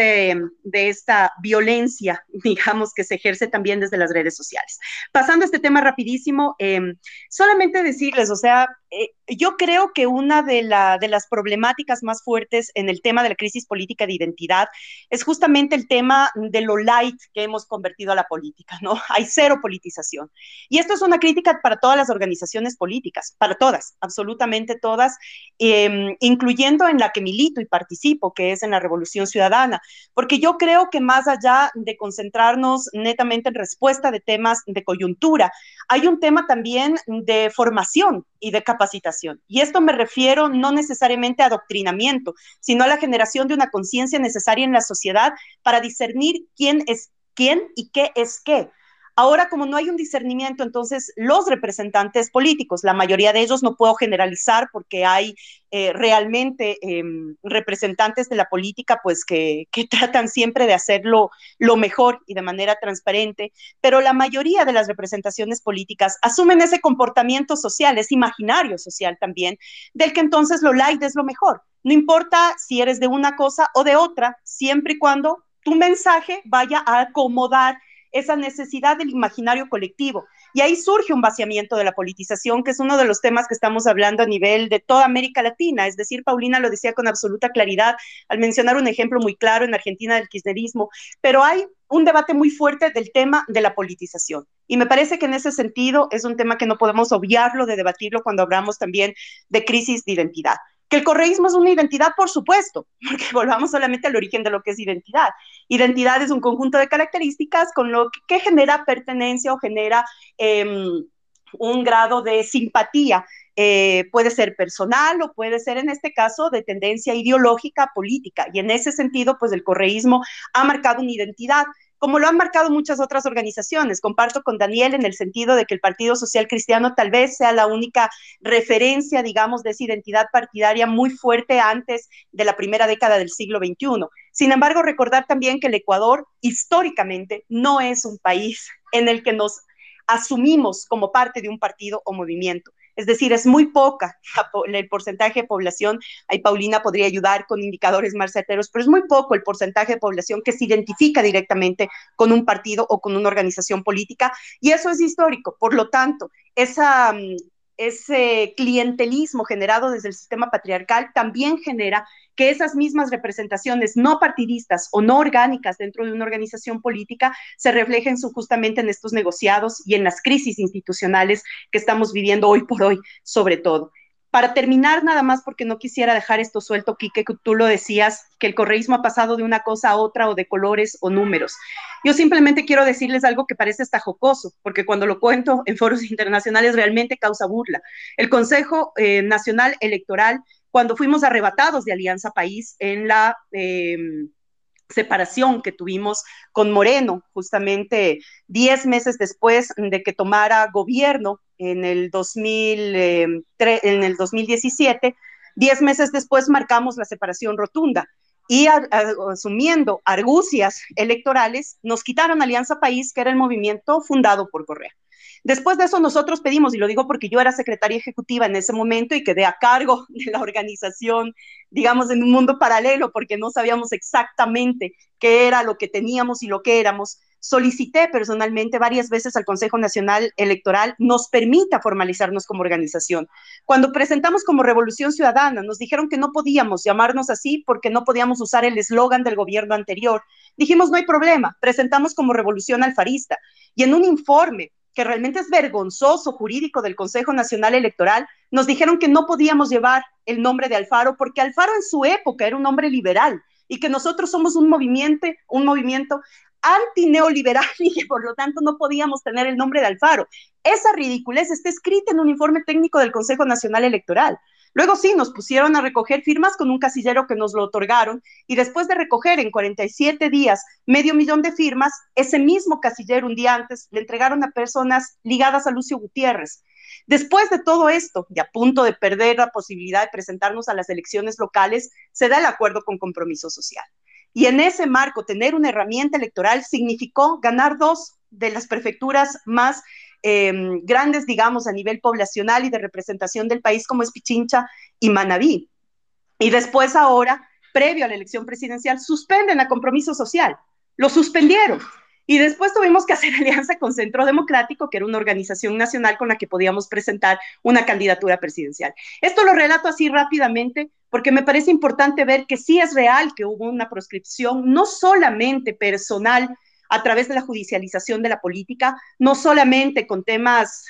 esta violencia, digamos, que se ejerce también desde las redes sociales. Pasando a este tema rapidísimo, solamente decirles, o sea, yo creo que una de las problemáticas más fuertes en el tema de la crisis política de identidad es justamente el tema de lo light que hemos convertido a la política, ¿no? Hay cero politización. Y esto es una crítica para todas las organizaciones políticas, para todas, absolutamente todas, incluyendo en la que milito y participo, que es en la Revolución Ciudadana, porque yo creo que más allá de concentrarnos netamente en respuesta de temas de coyuntura, hay un tema también de formación y de capacitación. generación. Y esto me refiero no necesariamente a adoctrinamiento, sino a la generación de una conciencia necesaria en la sociedad para discernir quién es quién y qué es qué. Ahora, como no hay un discernimiento, entonces los representantes políticos, la mayoría de ellos, no puedo generalizar porque hay realmente representantes de la política pues que tratan siempre de hacerlo lo mejor y de manera transparente, pero la mayoría de las representaciones políticas asumen ese comportamiento social, ese imaginario social también, del que entonces lo light es lo mejor. No importa si eres de una cosa o de otra, siempre y cuando tu mensaje vaya a acomodar esa necesidad del imaginario colectivo. Y ahí surge un vaciamiento de la politización, que es uno de los temas que estamos hablando a nivel de toda América Latina. Es decir, Paulina lo decía con absoluta claridad al mencionar un ejemplo muy claro en Argentina del kirchnerismo, pero hay un debate muy fuerte del tema de la politización. Y me parece que en ese sentido es un tema que no podemos obviarlo de debatirlo cuando hablamos también de crisis de identidad. Que el correísmo es una identidad, por supuesto, porque volvamos solamente al origen de lo que es identidad. Identidad es un conjunto de características con lo que genera pertenencia o genera un grado de simpatía. Puede ser personal o puede ser, en este caso, de tendencia ideológica, política. Y en ese sentido, pues el correísmo ha marcado una identidad, como lo han marcado muchas otras organizaciones. Comparto con Daniel en el sentido de que el Partido Social Cristiano tal vez sea la única referencia, digamos, de esa identidad partidaria muy fuerte antes de la primera década del siglo XXI. Sin embargo, recordar también que el Ecuador históricamente no es un país en el que nos asumimos como parte de un partido o movimiento. Es decir, es muy poca el porcentaje de población, ahí Paulina podría ayudar con indicadores más certeros, pero es muy poco el porcentaje de población que se identifica directamente con un partido o con una organización política, y eso es histórico. Por lo tanto, ese clientelismo generado desde el sistema patriarcal también genera que esas mismas representaciones no partidistas o no orgánicas dentro de una organización política se reflejen justamente en estos negociados y en las crisis institucionales que estamos viviendo hoy por hoy, sobre todo. Para terminar, nada más porque no quisiera dejar esto suelto, Quique, que tú lo decías, que el correísmo ha pasado de una cosa a otra o de colores o números. Yo simplemente quiero decirles algo que parece hasta jocoso, porque cuando lo cuento en foros internacionales realmente causa burla. El Consejo Nacional Electoral, cuando fuimos arrebatados de Alianza País en la separación que tuvimos con Moreno, justamente 10 meses después de que tomara gobierno en el 2017, 10 meses después marcamos la separación rotunda y asumiendo argucias electorales, nos quitaron Alianza País, que era el movimiento fundado por Correa. Después de eso nosotros pedimos, y lo digo porque yo era secretaria ejecutiva en ese momento y quedé a cargo de la organización, digamos, en un mundo paralelo, porque no sabíamos exactamente qué era lo que teníamos y lo que éramos. Solicité personalmente varias veces al Consejo Nacional Electoral nos permita formalizarnos como organización. Cuando presentamos como Revolución Ciudadana, nos dijeron que no podíamos llamarnos así porque no podíamos usar el eslogan del gobierno anterior. Dijimos, no hay problema, presentamos como Revolución Alfarista. Y en un informe que realmente es vergonzoso jurídico del Consejo Nacional Electoral, nos dijeron que no podíamos llevar el nombre de Alfaro porque Alfaro en su época era un hombre liberal y que nosotros somos un movimiento antineoliberal y que por lo tanto no podíamos tener el nombre de Alfaro. Esa ridiculez está escrita en un informe técnico del Consejo Nacional Electoral. Luego sí, nos pusieron a recoger firmas con un casillero que nos lo otorgaron y después de recoger en 47 días 500,000 de firmas, ese mismo casillero un día antes le entregaron a personas ligadas a Lucio Gutiérrez. Después de todo esto, y a punto de perder la posibilidad de presentarnos a las elecciones locales, se da el acuerdo con Compromiso Social. Y en ese marco, tener una herramienta electoral significó ganar 2 de las prefecturas más grandes, digamos, a nivel poblacional y de representación del país, como es Pichincha y Manabí. Y después ahora, previo a la elección presidencial, suspenden a Compromiso Social. Lo suspendieron. Y después tuvimos que hacer alianza con Centro Democrático, que era una organización nacional con la que podíamos presentar una candidatura presidencial. Esto lo relato así rápidamente porque me parece importante ver que sí es real que hubo una proscripción, no solamente personal a través de la judicialización de la política, no solamente con temas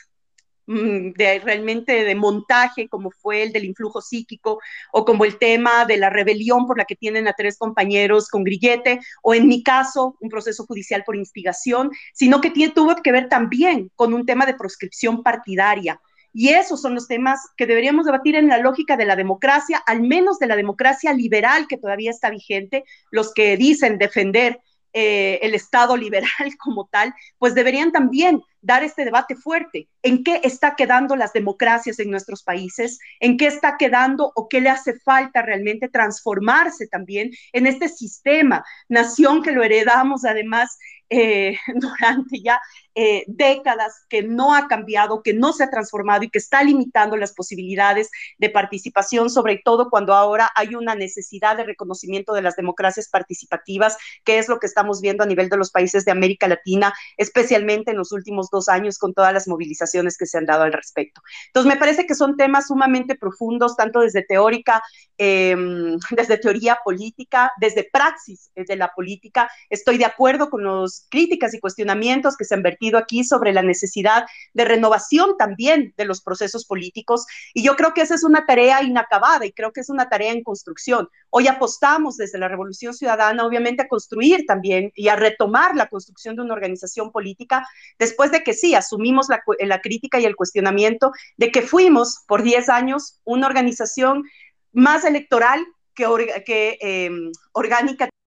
realmente de montaje, como fue el del influjo psíquico, o como el tema de la rebelión por la que tienen a 3 compañeros con grillete, o en mi caso, un proceso judicial por instigación, sino que tuvo que ver también con un tema de proscripción partidaria. Y esos son los temas que deberíamos debatir en la lógica de la democracia, al menos de la democracia liberal que todavía está vigente. Los que dicen defender el Estado liberal como tal, pues deberían también dar este debate fuerte. ¿En qué está quedando las democracias en nuestros países? ¿En qué está quedando o qué le hace falta realmente transformarse también en este sistema, nación que lo heredamos además durante ya décadas, que no ha cambiado, que no se ha transformado y que está limitando las posibilidades de participación, sobre todo cuando ahora hay una necesidad de reconocimiento de las democracias participativas, que es lo que estamos viendo a nivel de los países de América Latina, especialmente en los últimos 2 años con todas las movilizaciones que se han dado al respecto. Entonces, me parece que son temas sumamente profundos, tanto desde teórica, desde teoría política, desde praxis de la política. Estoy de acuerdo con las críticas y cuestionamientos que se han vertido aquí sobre la necesidad de renovación también de los procesos políticos, y yo creo que esa es una tarea inacabada y creo que es una tarea en construcción. Hoy apostamos desde la Revolución Ciudadana, obviamente, a construir también y a retomar la construcción de una organización política, después de que sí, asumimos la crítica y el cuestionamiento de que fuimos por 10 años una organización más electoral que orgánica.